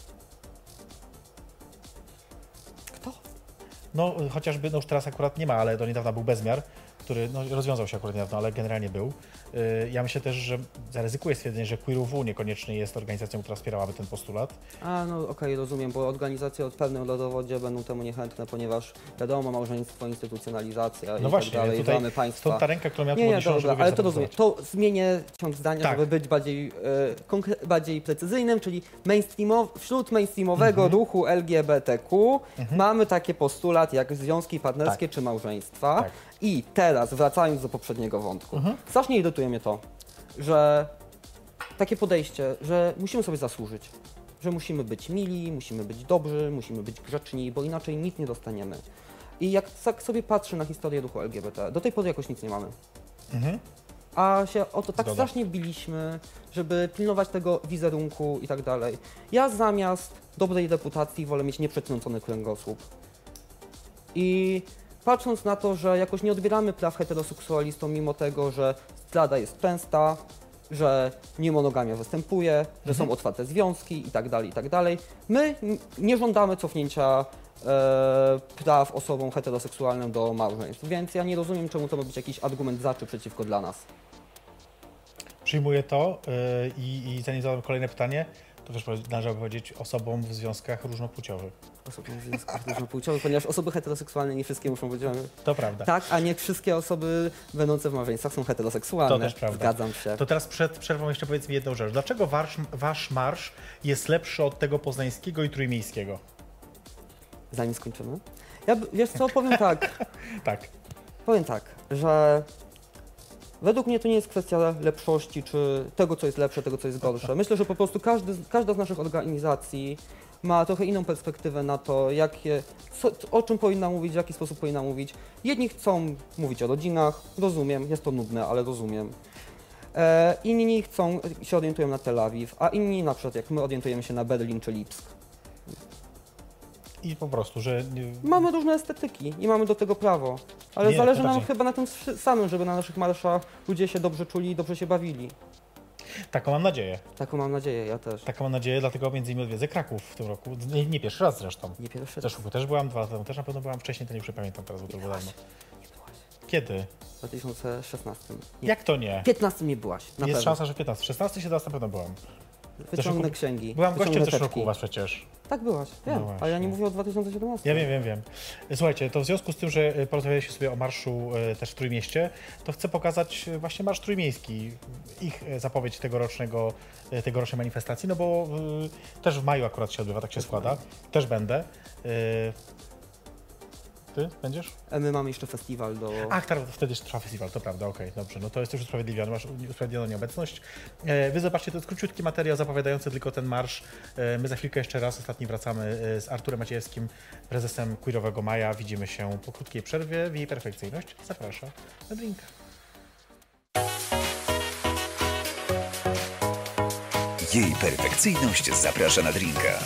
Kto? No chociażby, no już teraz akurat nie ma, ale do niedawna był Bezmiar, który no, rozwiązał się akurat niedawno, ale generalnie był. Yy, ja myślę też, że zaryzykuję stwierdzenie, że Queer U W niekoniecznie jest organizacją, która wspierałaby ten postulat. A, no okej, okay, rozumiem, bo organizacje o pewnym rodowodzie będą temu niechętne, ponieważ wiadomo, małżeństwo, instytucjonalizacja no i właśnie, tak dalej, tutaj państwa. To ta ręka, którą ja tu nie, nie, podniosłem, dobra, żeby ale to rozumiem. To zmienię ciąg zdania, tak. żeby być bardziej, e, bardziej precyzyjnym, czyli mainstreamow wśród mainstreamowego mhm. ruchu L G B T Q mhm. mamy takie postulat jak związki partnerskie tak. czy małżeństwa. Tak. I teraz, wracając do poprzedniego wątku, mhm. strasznie irytuje mnie to, że takie podejście, że musimy sobie zasłużyć, że musimy być mili, musimy być dobrzy, musimy być grzeczni, bo inaczej nic nie dostaniemy. I jak tak sobie patrzę na historię ruchu L G B T, do tej pory jakoś nic nie mamy. Mhm. A się o to tak Zgoda. strasznie biliśmy, żeby pilnować tego wizerunku i tak dalej. Ja zamiast dobrej reputacji wolę mieć nieprzekręcony kręgosłup. I patrząc na to, że jakoś nie odbieramy praw heteroseksualistom, mimo tego, że zdrada jest częsta, że niemonogamia występuje, że mhm. są otwarte związki i tak dalej, i tak dalej. My nie żądamy cofnięcia e, praw osobom heteroseksualnym do małżeństw, więc ja nie rozumiem, czemu to ma być jakiś argument za czy przeciwko dla nas. Przyjmuję to yy, i, i zanim zadam kolejne pytanie, to też należałoby powiedzieć osobom w związkach różnopłciowych. Osobom w związkach różnopłciowych, ponieważ osoby heteroseksualne nie wszystkie muszą być... To prawda. Tak, a nie wszystkie osoby będące w małżeństwach są heteroseksualne. To też prawda. Zgadzam się. To teraz przed przerwą jeszcze powiedz mi jedną rzecz. Dlaczego wasz, wasz marsz jest lepszy od tego poznańskiego i trójmiejskiego? Zanim skończymy? Ja, wiesz co, powiem tak. tak. Powiem tak, że Według mnie to nie jest kwestia lepszości, czy tego, co jest lepsze, tego, co jest gorsze. Myślę, że po prostu każdy, każda z naszych organizacji ma trochę inną perspektywę na to, jakie, co, o czym powinna mówić, w jaki sposób powinna mówić. Jedni chcą mówić o rodzinach, rozumiem, jest to nudne, ale rozumiem. E, inni chcą, się orientują na Tel Awiw, a inni na przykład jak my orientujemy się na Berlin czy Lipsk. I po prostu, że... Nie... Mamy różne estetyki i mamy do tego prawo, ale Nie, zależy to nam bardziej. chyba na tym samym, żeby na naszych marszach ludzie się dobrze czuli i dobrze się bawili. Taką mam nadzieję. Taką mam nadzieję, ja też. Taką mam nadzieję, dlatego między innymi odwiedzę Kraków w tym roku. Nie, nie pierwszy raz zresztą. Nie pierwszy W raz. zeszłym roku też byłam, dwa lata temu też na pewno byłam, wcześniej to nie pamiętam teraz, bo to było dawno. Kiedy? W dwa tysiące szesnastym. Nie. Jak to nie? W piętnastym nie byłaś, na Jest pewno. szansa, że w piętnastym. W szesnastym się teraz na pewno byłam. Wyciągnę roku- księgi. Byłam gościem w wyciągnę zeszłym roku teczki. u was przecież. Tak byłaś, wiem, No ale ja nie właśnie. mówię o dwa tysiące siedemnastym. Ja wiem, wiem, wiem. Słuchajcie, to w związku z tym, że porozmawialiśmy sobie o marszu e, też w Trójmieście, to chcę pokazać e, właśnie Marsz Trójmiejski, ich e, zapowiedź tegorocznego, e, tegorocznej manifestacji, no bo e, też w maju akurat się odbywa, tak się składa. Też będę. E, Ty będziesz? E, My mamy jeszcze festiwal do... Ach, tak, wtedy już trwa festiwal, to prawda, okej, dobrze, no to jest już usprawiedliwione, masz usprawiedliwioną nieobecność. E, Wy zobaczcie, to jest króciutki materiał zapowiadający tylko ten marsz. E, My za chwilkę jeszcze raz, ostatni wracamy e, z Arturem Maciejewskim, prezesem Queerowego Maja. Widzimy się po krótkiej przerwie. W jej perfekcyjność zaprasza na drinka. Jej perfekcyjność zaprasza na drinka.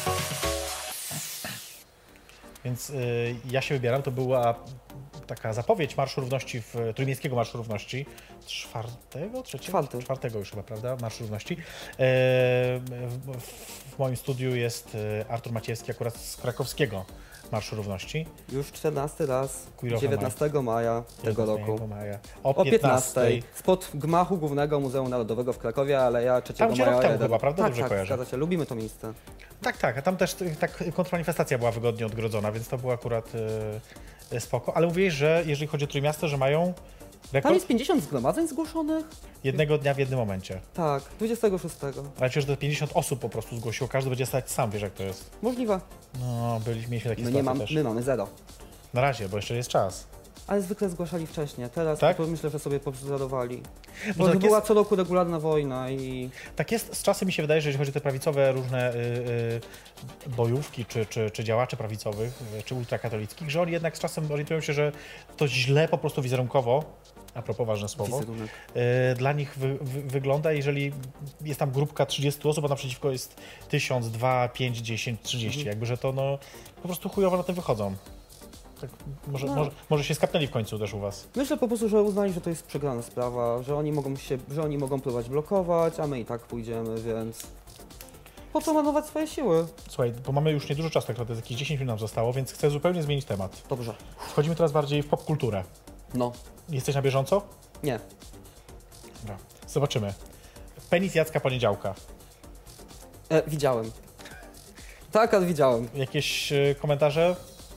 Więc y, ja się wybieram, to była taka zapowiedź Marszu Równości, w, Trójmiejskiego Marszu Równości, czwartego, trzeciego? Czwarty. Czwartego już chyba, prawda? Marszu Równości. E, w, w moim studiu jest e, Artur Maciejewski akurat z krakowskiego Marszu Równości. Już czternasty raz, Queerowy dziewiętnastego maja tego roku. Maja. O O piętnastej. piętnastej. Spod gmachu Głównego Muzeum Narodowego w Krakowie, Aleja trzeciego Tam, gdzie maja. rok temu jeden. chyba, prawda? Tak, Dobrze tak, kojarzę. zgadza się. Lubimy to miejsce. Tak, tak, a tam też y, tak kontrmanifestacja była wygodnie odgrodzona, więc to było akurat y, spoko. Ale mówiłeś, że jeżeli chodzi o Trójmiasto, że mają Tam rekord jest pięćdziesiąt zgromadzeń zgłoszonych? jednego dnia w jednym momencie. Tak, dwudziestego szóstego. Ale przecież to pięćdziesiąt osób po prostu zgłosiło, każdy będzie stać sam, wiesz jak to jest. Możliwe. No, byliśmy, mieliśmy takie My, nie sytuacje mam, też. my mamy zero. Na razie, bo jeszcze jest czas. Ale zwykle zgłaszali wcześniej. Teraz Tak? to myślę, że sobie poprzedawali. Bo Bo tak to była jest- co roku regularna wojna i Tak jest, z czasem mi się wydaje, że jeżeli chodzi o te prawicowe różne y, y, bojówki, czy, czy, czy działaczy prawicowych, y, czy ultrakatolickich, że oni jednak z czasem orientują się, że to źle po prostu wizerunkowo, a propos ważne słowo, wizerunek. y, dla nich wy, wy, wygląda, jeżeli jest tam grupka trzydziestu osób, a naprzeciwko jest tysiąc, dwa, pięć, dziesięć, trzydzieści, Mhm. jakby, że to no po prostu chujowo na tym wychodzą. Tak, może, No. może, może się skapnęli w końcu też u was. Myślę po prostu, że uznali, że to jest przegrana sprawa, że oni mogą się, że oni mogą próbować blokować, a my i tak pójdziemy, więc po co marnować swoje siły? Słuchaj, bo mamy już niedużo czasu, tak naprawdę jakieś dziesięć minut nam zostało, więc chcę zupełnie zmienić temat. Dobrze. Wchodzimy teraz bardziej w popkulturę. No, Jesteś na bieżąco? nie. Dobra. Zobaczymy. Penis Jacka Poniedziałka. E, widziałem. Tak, ale widziałem. Jakieś y, komentarze?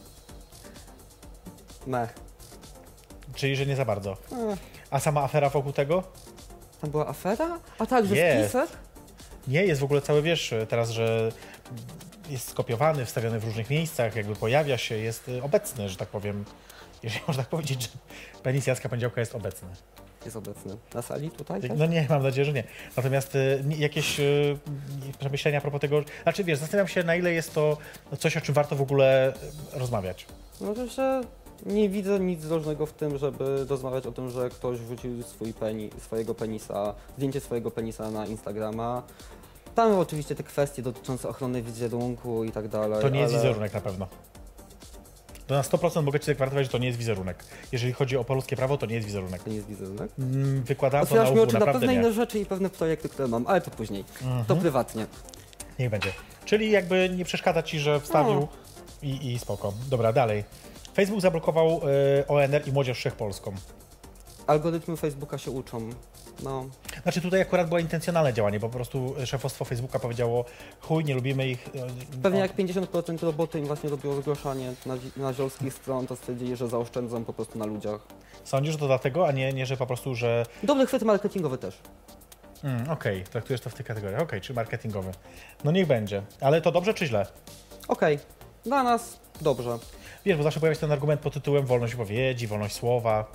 Mech. Czyli, że nie za bardzo. E, A sama afera wokół tego? tam była afera? A tak, że Jest. spisek? Nie, jest w ogóle cały, wiesz, teraz, że jest skopiowany, wstawiony w różnych miejscach, jakby pojawia się, jest y, obecny, że tak powiem. Jeżeli można tak powiedzieć, że penis Jacka Poniedziałka jest obecny. Jest obecny. Na sali tutaj też? No nie, mam nadzieję, że nie. Natomiast y, nie- jakieś y, przemyślenia a propos tego, znaczy wiesz, zastanawiam się, na ile jest to coś, o czym warto w ogóle y, rozmawiać. No to, że nie widzę nic drożnego w tym, żeby rozmawiać o tym, że ktoś wrzucił swój peni, swojego penisa, zdjęcie swojego penisa na Instagrama. Tam oczywiście te kwestie dotyczące ochrony wizerunku i tak dalej. To nie jest ale... wizerunek na pewno. To na sto procent mogę Ci zagwarantować, że to nie jest wizerunek. Jeżeli chodzi o polskie prawo, to nie jest wizerunek. To nie jest wizerunek? Mm, Wykładałem to na Otwierasz mi U W, oczy na naprawdę pewne nie. inne rzeczy i pewne projekty, które mam, ale to później. Mhm. To prywatnie. Niech będzie. Czyli jakby nie przeszkadza Ci, że wstawił No. i, i spoko. Dobra, dalej. Facebook zablokował y, O N R i Młodzież Wszechpolską. Algorytmy Facebooka się uczą. No, Znaczy tutaj akurat było intencjonalne działanie, bo po prostu szefostwo Facebooka powiedziało chuj, nie lubimy ich. y, pewnie o- jak pięćdziesiąt procent roboty im właśnie robiło zgłaszanie na, na ziolskich stron, to stwierdzili, że zaoszczędzą po prostu na ludziach. Sądzisz, że to dlatego, a nie, nie że po prostu, że... Dobry chwyt marketingowy też. Mm, Okej, traktujesz to w tej kategorii. Okej, czy marketingowy. No niech będzie. Ale to dobrze czy źle? Okej, dla nas dobrze. Wiesz, bo zawsze pojawia się ten argument pod tytułem wolność wypowiedzi, wolność słowa.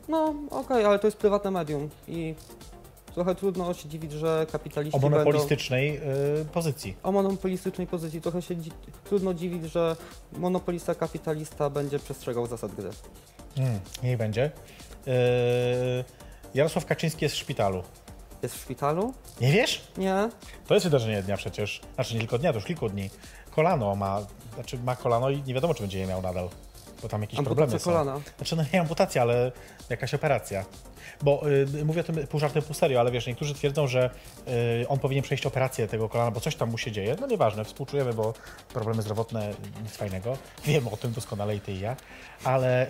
No, okej, ale to jest prywatne medium i trochę trudno się dziwić, że kapitaliści O będą... monopolistycznej y, pozycji. O monopolistycznej pozycji trochę się dzi... trudno dziwić, że monopolista, kapitalista będzie przestrzegał zasad gry. Mm, niech będzie. Yy, Jarosław Kaczyński jest w szpitalu. Jest w szpitalu? Nie wiesz? Nie. To jest wydarzenie dnia przecież. Znaczy nie tylko dnia, to już kilku dni. Kolano ma, znaczy ma kolano i nie wiadomo, czy będzie je miał nadal. Bo tam jakieś Amputacja problemy są. kolana. Znaczy no nie amputacja, ale jakaś operacja. Bo y, mówię o tym pół żartem, pół serio, ale wiesz, niektórzy twierdzą, że y, on powinien przejść operację tego kolana, bo coś tam mu się dzieje. No nieważne, współczujemy, bo problemy zdrowotne, nic fajnego. Wiemy o tym doskonale i ty i ja. Ale,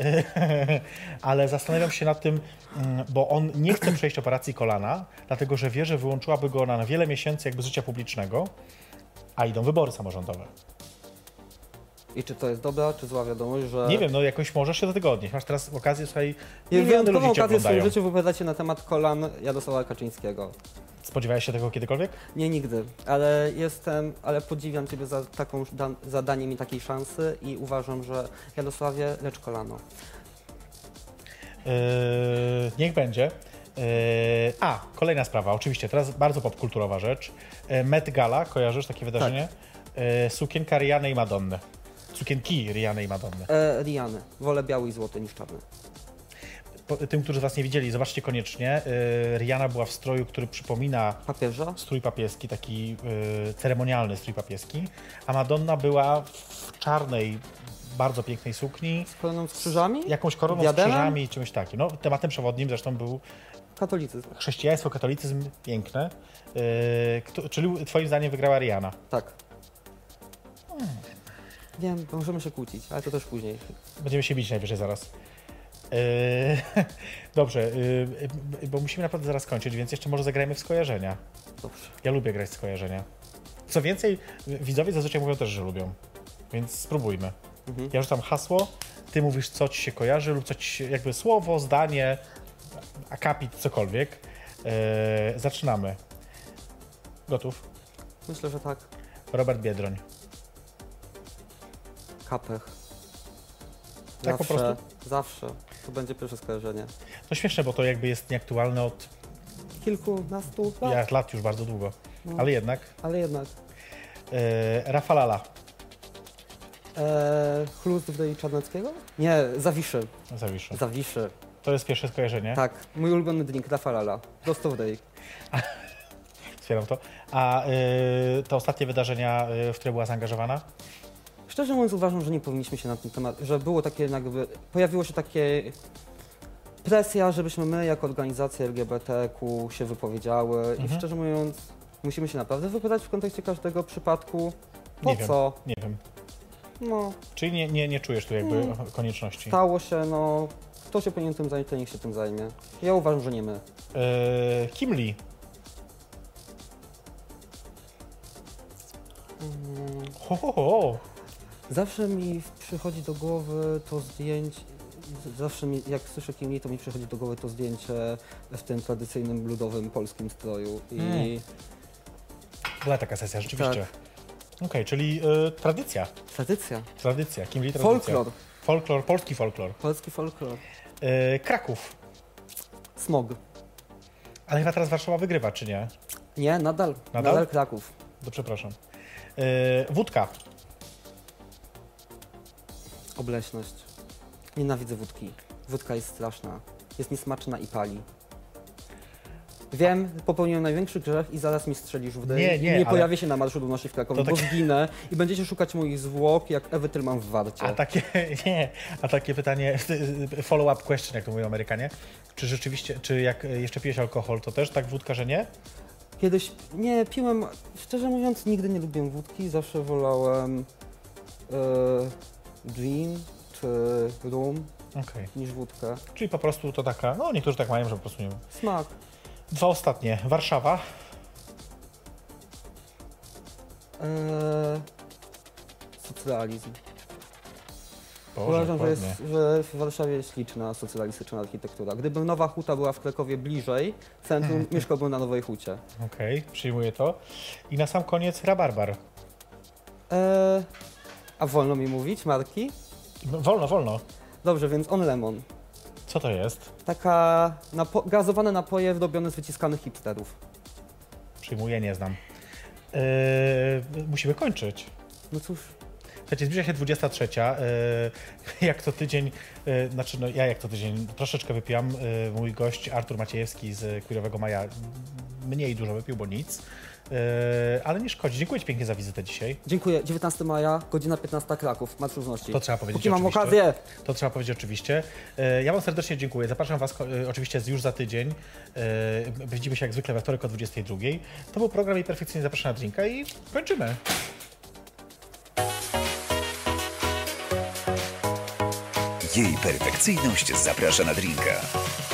ale zastanawiam się nad tym, y, bo on nie chce przejść operacji kolana, dlatego że wie, że wyłączyłaby go ona na wiele miesięcy jakby z życia publicznego, a idą wybory samorządowe. I czy to jest dobra, czy zła wiadomość, że... Nie wiem, no jakoś możesz się do tego odnieść. Masz teraz okazję, słuchaj, Jest miliony wyjątkową ludzi cię okazję w swoim oglądają. życiu wypowiadać się na temat kolan Jarosława Kaczyńskiego. Spodziewałeś się tego kiedykolwiek? Nie, nigdy, ale jestem, ale podziwiam Ciebie za taką, da, za danie mi takiej szansy i uważam, że Jarosławie, lecz kolano. Yy, niech będzie. Yy, a, kolejna sprawa, oczywiście, teraz bardzo popkulturowa rzecz. Yy, Met Gala, kojarzysz takie wydarzenie? Yy, sukienka Rihanny i Madonny. Sukienki Rihanny i Madonny. E, Riany, wolę biały i złoty niż czarny. Po, tym, którzy z Was nie widzieli, zobaczcie koniecznie. Yy, Rihanna była w stroju, który przypomina Papieża? strój papieski, taki yy, ceremonialny strój papieski, a Madonna była w czarnej, bardzo pięknej sukni. Z koroną z krzyżami? Jakąś koroną Diademem? z krzyżami i czymś takim. No, tematem przewodnim zresztą był Katolicyzm, chrześcijaństwo, katolicyzm, piękne. Yy, kto, czyli twoim zdaniem wygrała Rihanna. tak. Hmm. Wiem, możemy się kłócić, ale to też później. Będziemy się bić najwyżej zaraz. Yy, dobrze, yy, bo musimy naprawdę zaraz kończyć, więc jeszcze może zagrajmy w skojarzenia. Dobrze. Ja lubię grać w skojarzenia. Co więcej, widzowie zazwyczaj mówią też, że lubią, więc spróbujmy. Mhm. Ja rzucam hasło, ty mówisz, co ci się kojarzy lub co ci się, jakby słowo, zdanie, akapit, cokolwiek. Yy, zaczynamy. Gotów? Myślę, że tak. Robert Biedroń. Kapech. Tak po Zawsze, prostu? zawsze. To będzie pierwsze skojarzenie. To śmieszne, bo to jakby jest nieaktualne od Kilkunastu lat, ja, lat już bardzo długo, No. ale jednak. ale jednak. Yy, Rafalala. Eee, Chlust w Czarneckiego? Nie, Zawiszy. Zawiszę. Zawiszy. To jest pierwsze skojarzenie. Tak, mój ulubiony drink, Rafalala. Prosto w dej. Otwieram to. A yy, te ostatnie wydarzenia, yy, w które była zaangażowana? Szczerze mówiąc uważam, że nie powinniśmy się na ten temat, że było takie jakby, pojawiło się takie presja, żebyśmy my jako organizacje L G B T Q się wypowiedziały Mhm. i szczerze mówiąc musimy się naprawdę wypowiadać w kontekście każdego przypadku. Po Nie wiem. co? Nie wiem. No, Czyli nie, nie, nie czujesz tu jakby Mm. konieczności. stało się, no, kto się powinien tym zająć, to niech się tym zajmie. Ja uważam, że nie my. Yy, Kim Lee. Mm. Ho, ho, ho. Zawsze mi przychodzi do głowy to zdjęcie, zawsze mi, jak słyszę Kim Lee, to mi przychodzi do głowy to zdjęcie w tym tradycyjnym, ludowym polskim stroju. I Mm. Była taka sesja, rzeczywiście. Okej, czyli yy, tradycja. tradycja, Tradycja. Kim Lee tradycja. folklor, Folklor, polski folklor. polski folklor. Yy, Kraków. Smog. Ale chyba teraz Warszawa wygrywa, czy nie? Nie, nadal, Nadal? nadal, Kraków. To przepraszam. Yy, wódka. Obleśność. Nienawidzę wódki. Wódka jest straszna. Jest niesmaczna i pali. Wiem, popełniłem największy grzech i zaraz mi strzelisz w dej. Nie, nie, I nie ale- pojawię się na Marszu Dumności w Krakowie, To bo takie- zginę i będziecie szukać moich zwłok jak Ewy Tylman w Warcie. A takie, nie, a takie pytanie, follow-up question, jak to mówią Amerykanie. Czy rzeczywiście, czy jak jeszcze pijesz alkohol, to też tak wódka, że nie? Kiedyś, nie, piłem, szczerze mówiąc, nigdy nie lubiłem wódki, zawsze wolałem e, gin czy rum Okej. niż wódkę. Czyli po prostu to taka, no niektórzy tak mają, że po prostu nie. Smak. Dwa ostatnie. Warszawa. E, socrealizm. Boże, Uważam, że, jest, ładnie. że w Warszawie jest liczna socjalistyczna architektura. Gdyby Nowa Huta była w Krakowie bliżej centrum, mieszkałbym na Nowej Hucie. Okej, przyjmuję to. I na sam koniec rabarbar. E, a wolno mi mówić marki? No, wolno, wolno. Dobrze, więc On Lemon. Co to jest? Taka napo gazowane napoje robione z wyciskanych hipsterów. Przyjmuję, nie znam. Yy, musimy kończyć. No cóż, Słuchajcie, zbliża się dwudziesta trzecia. Yy, jak co tydzień, yy, znaczy no ja jak co tydzień troszeczkę wypijam. Yy, mój gość Artur Maciejewski z Queerowego Maja mniej dużo wypił, bo nic. Yy, ale nie szkodzi. Dziękuję Ci pięknie za wizytę dzisiaj. dziękuję. dziewiętnastego maja, godzina piętnasta, Kraków, Marsz Równości. To trzeba powiedzieć Póki mam oczywiście. okazję. To trzeba powiedzieć oczywiście. Yy, ja Wam serdecznie dziękuję. Zapraszam Was yy, oczywiście już za tydzień. Yy, widzimy się jak zwykle we wtorek o dwudziestej drugiej. To był program Jej Perfekcyjnie Zapraszam na drinka i kończymy. Jej perfekcyjność zaprasza na drinka.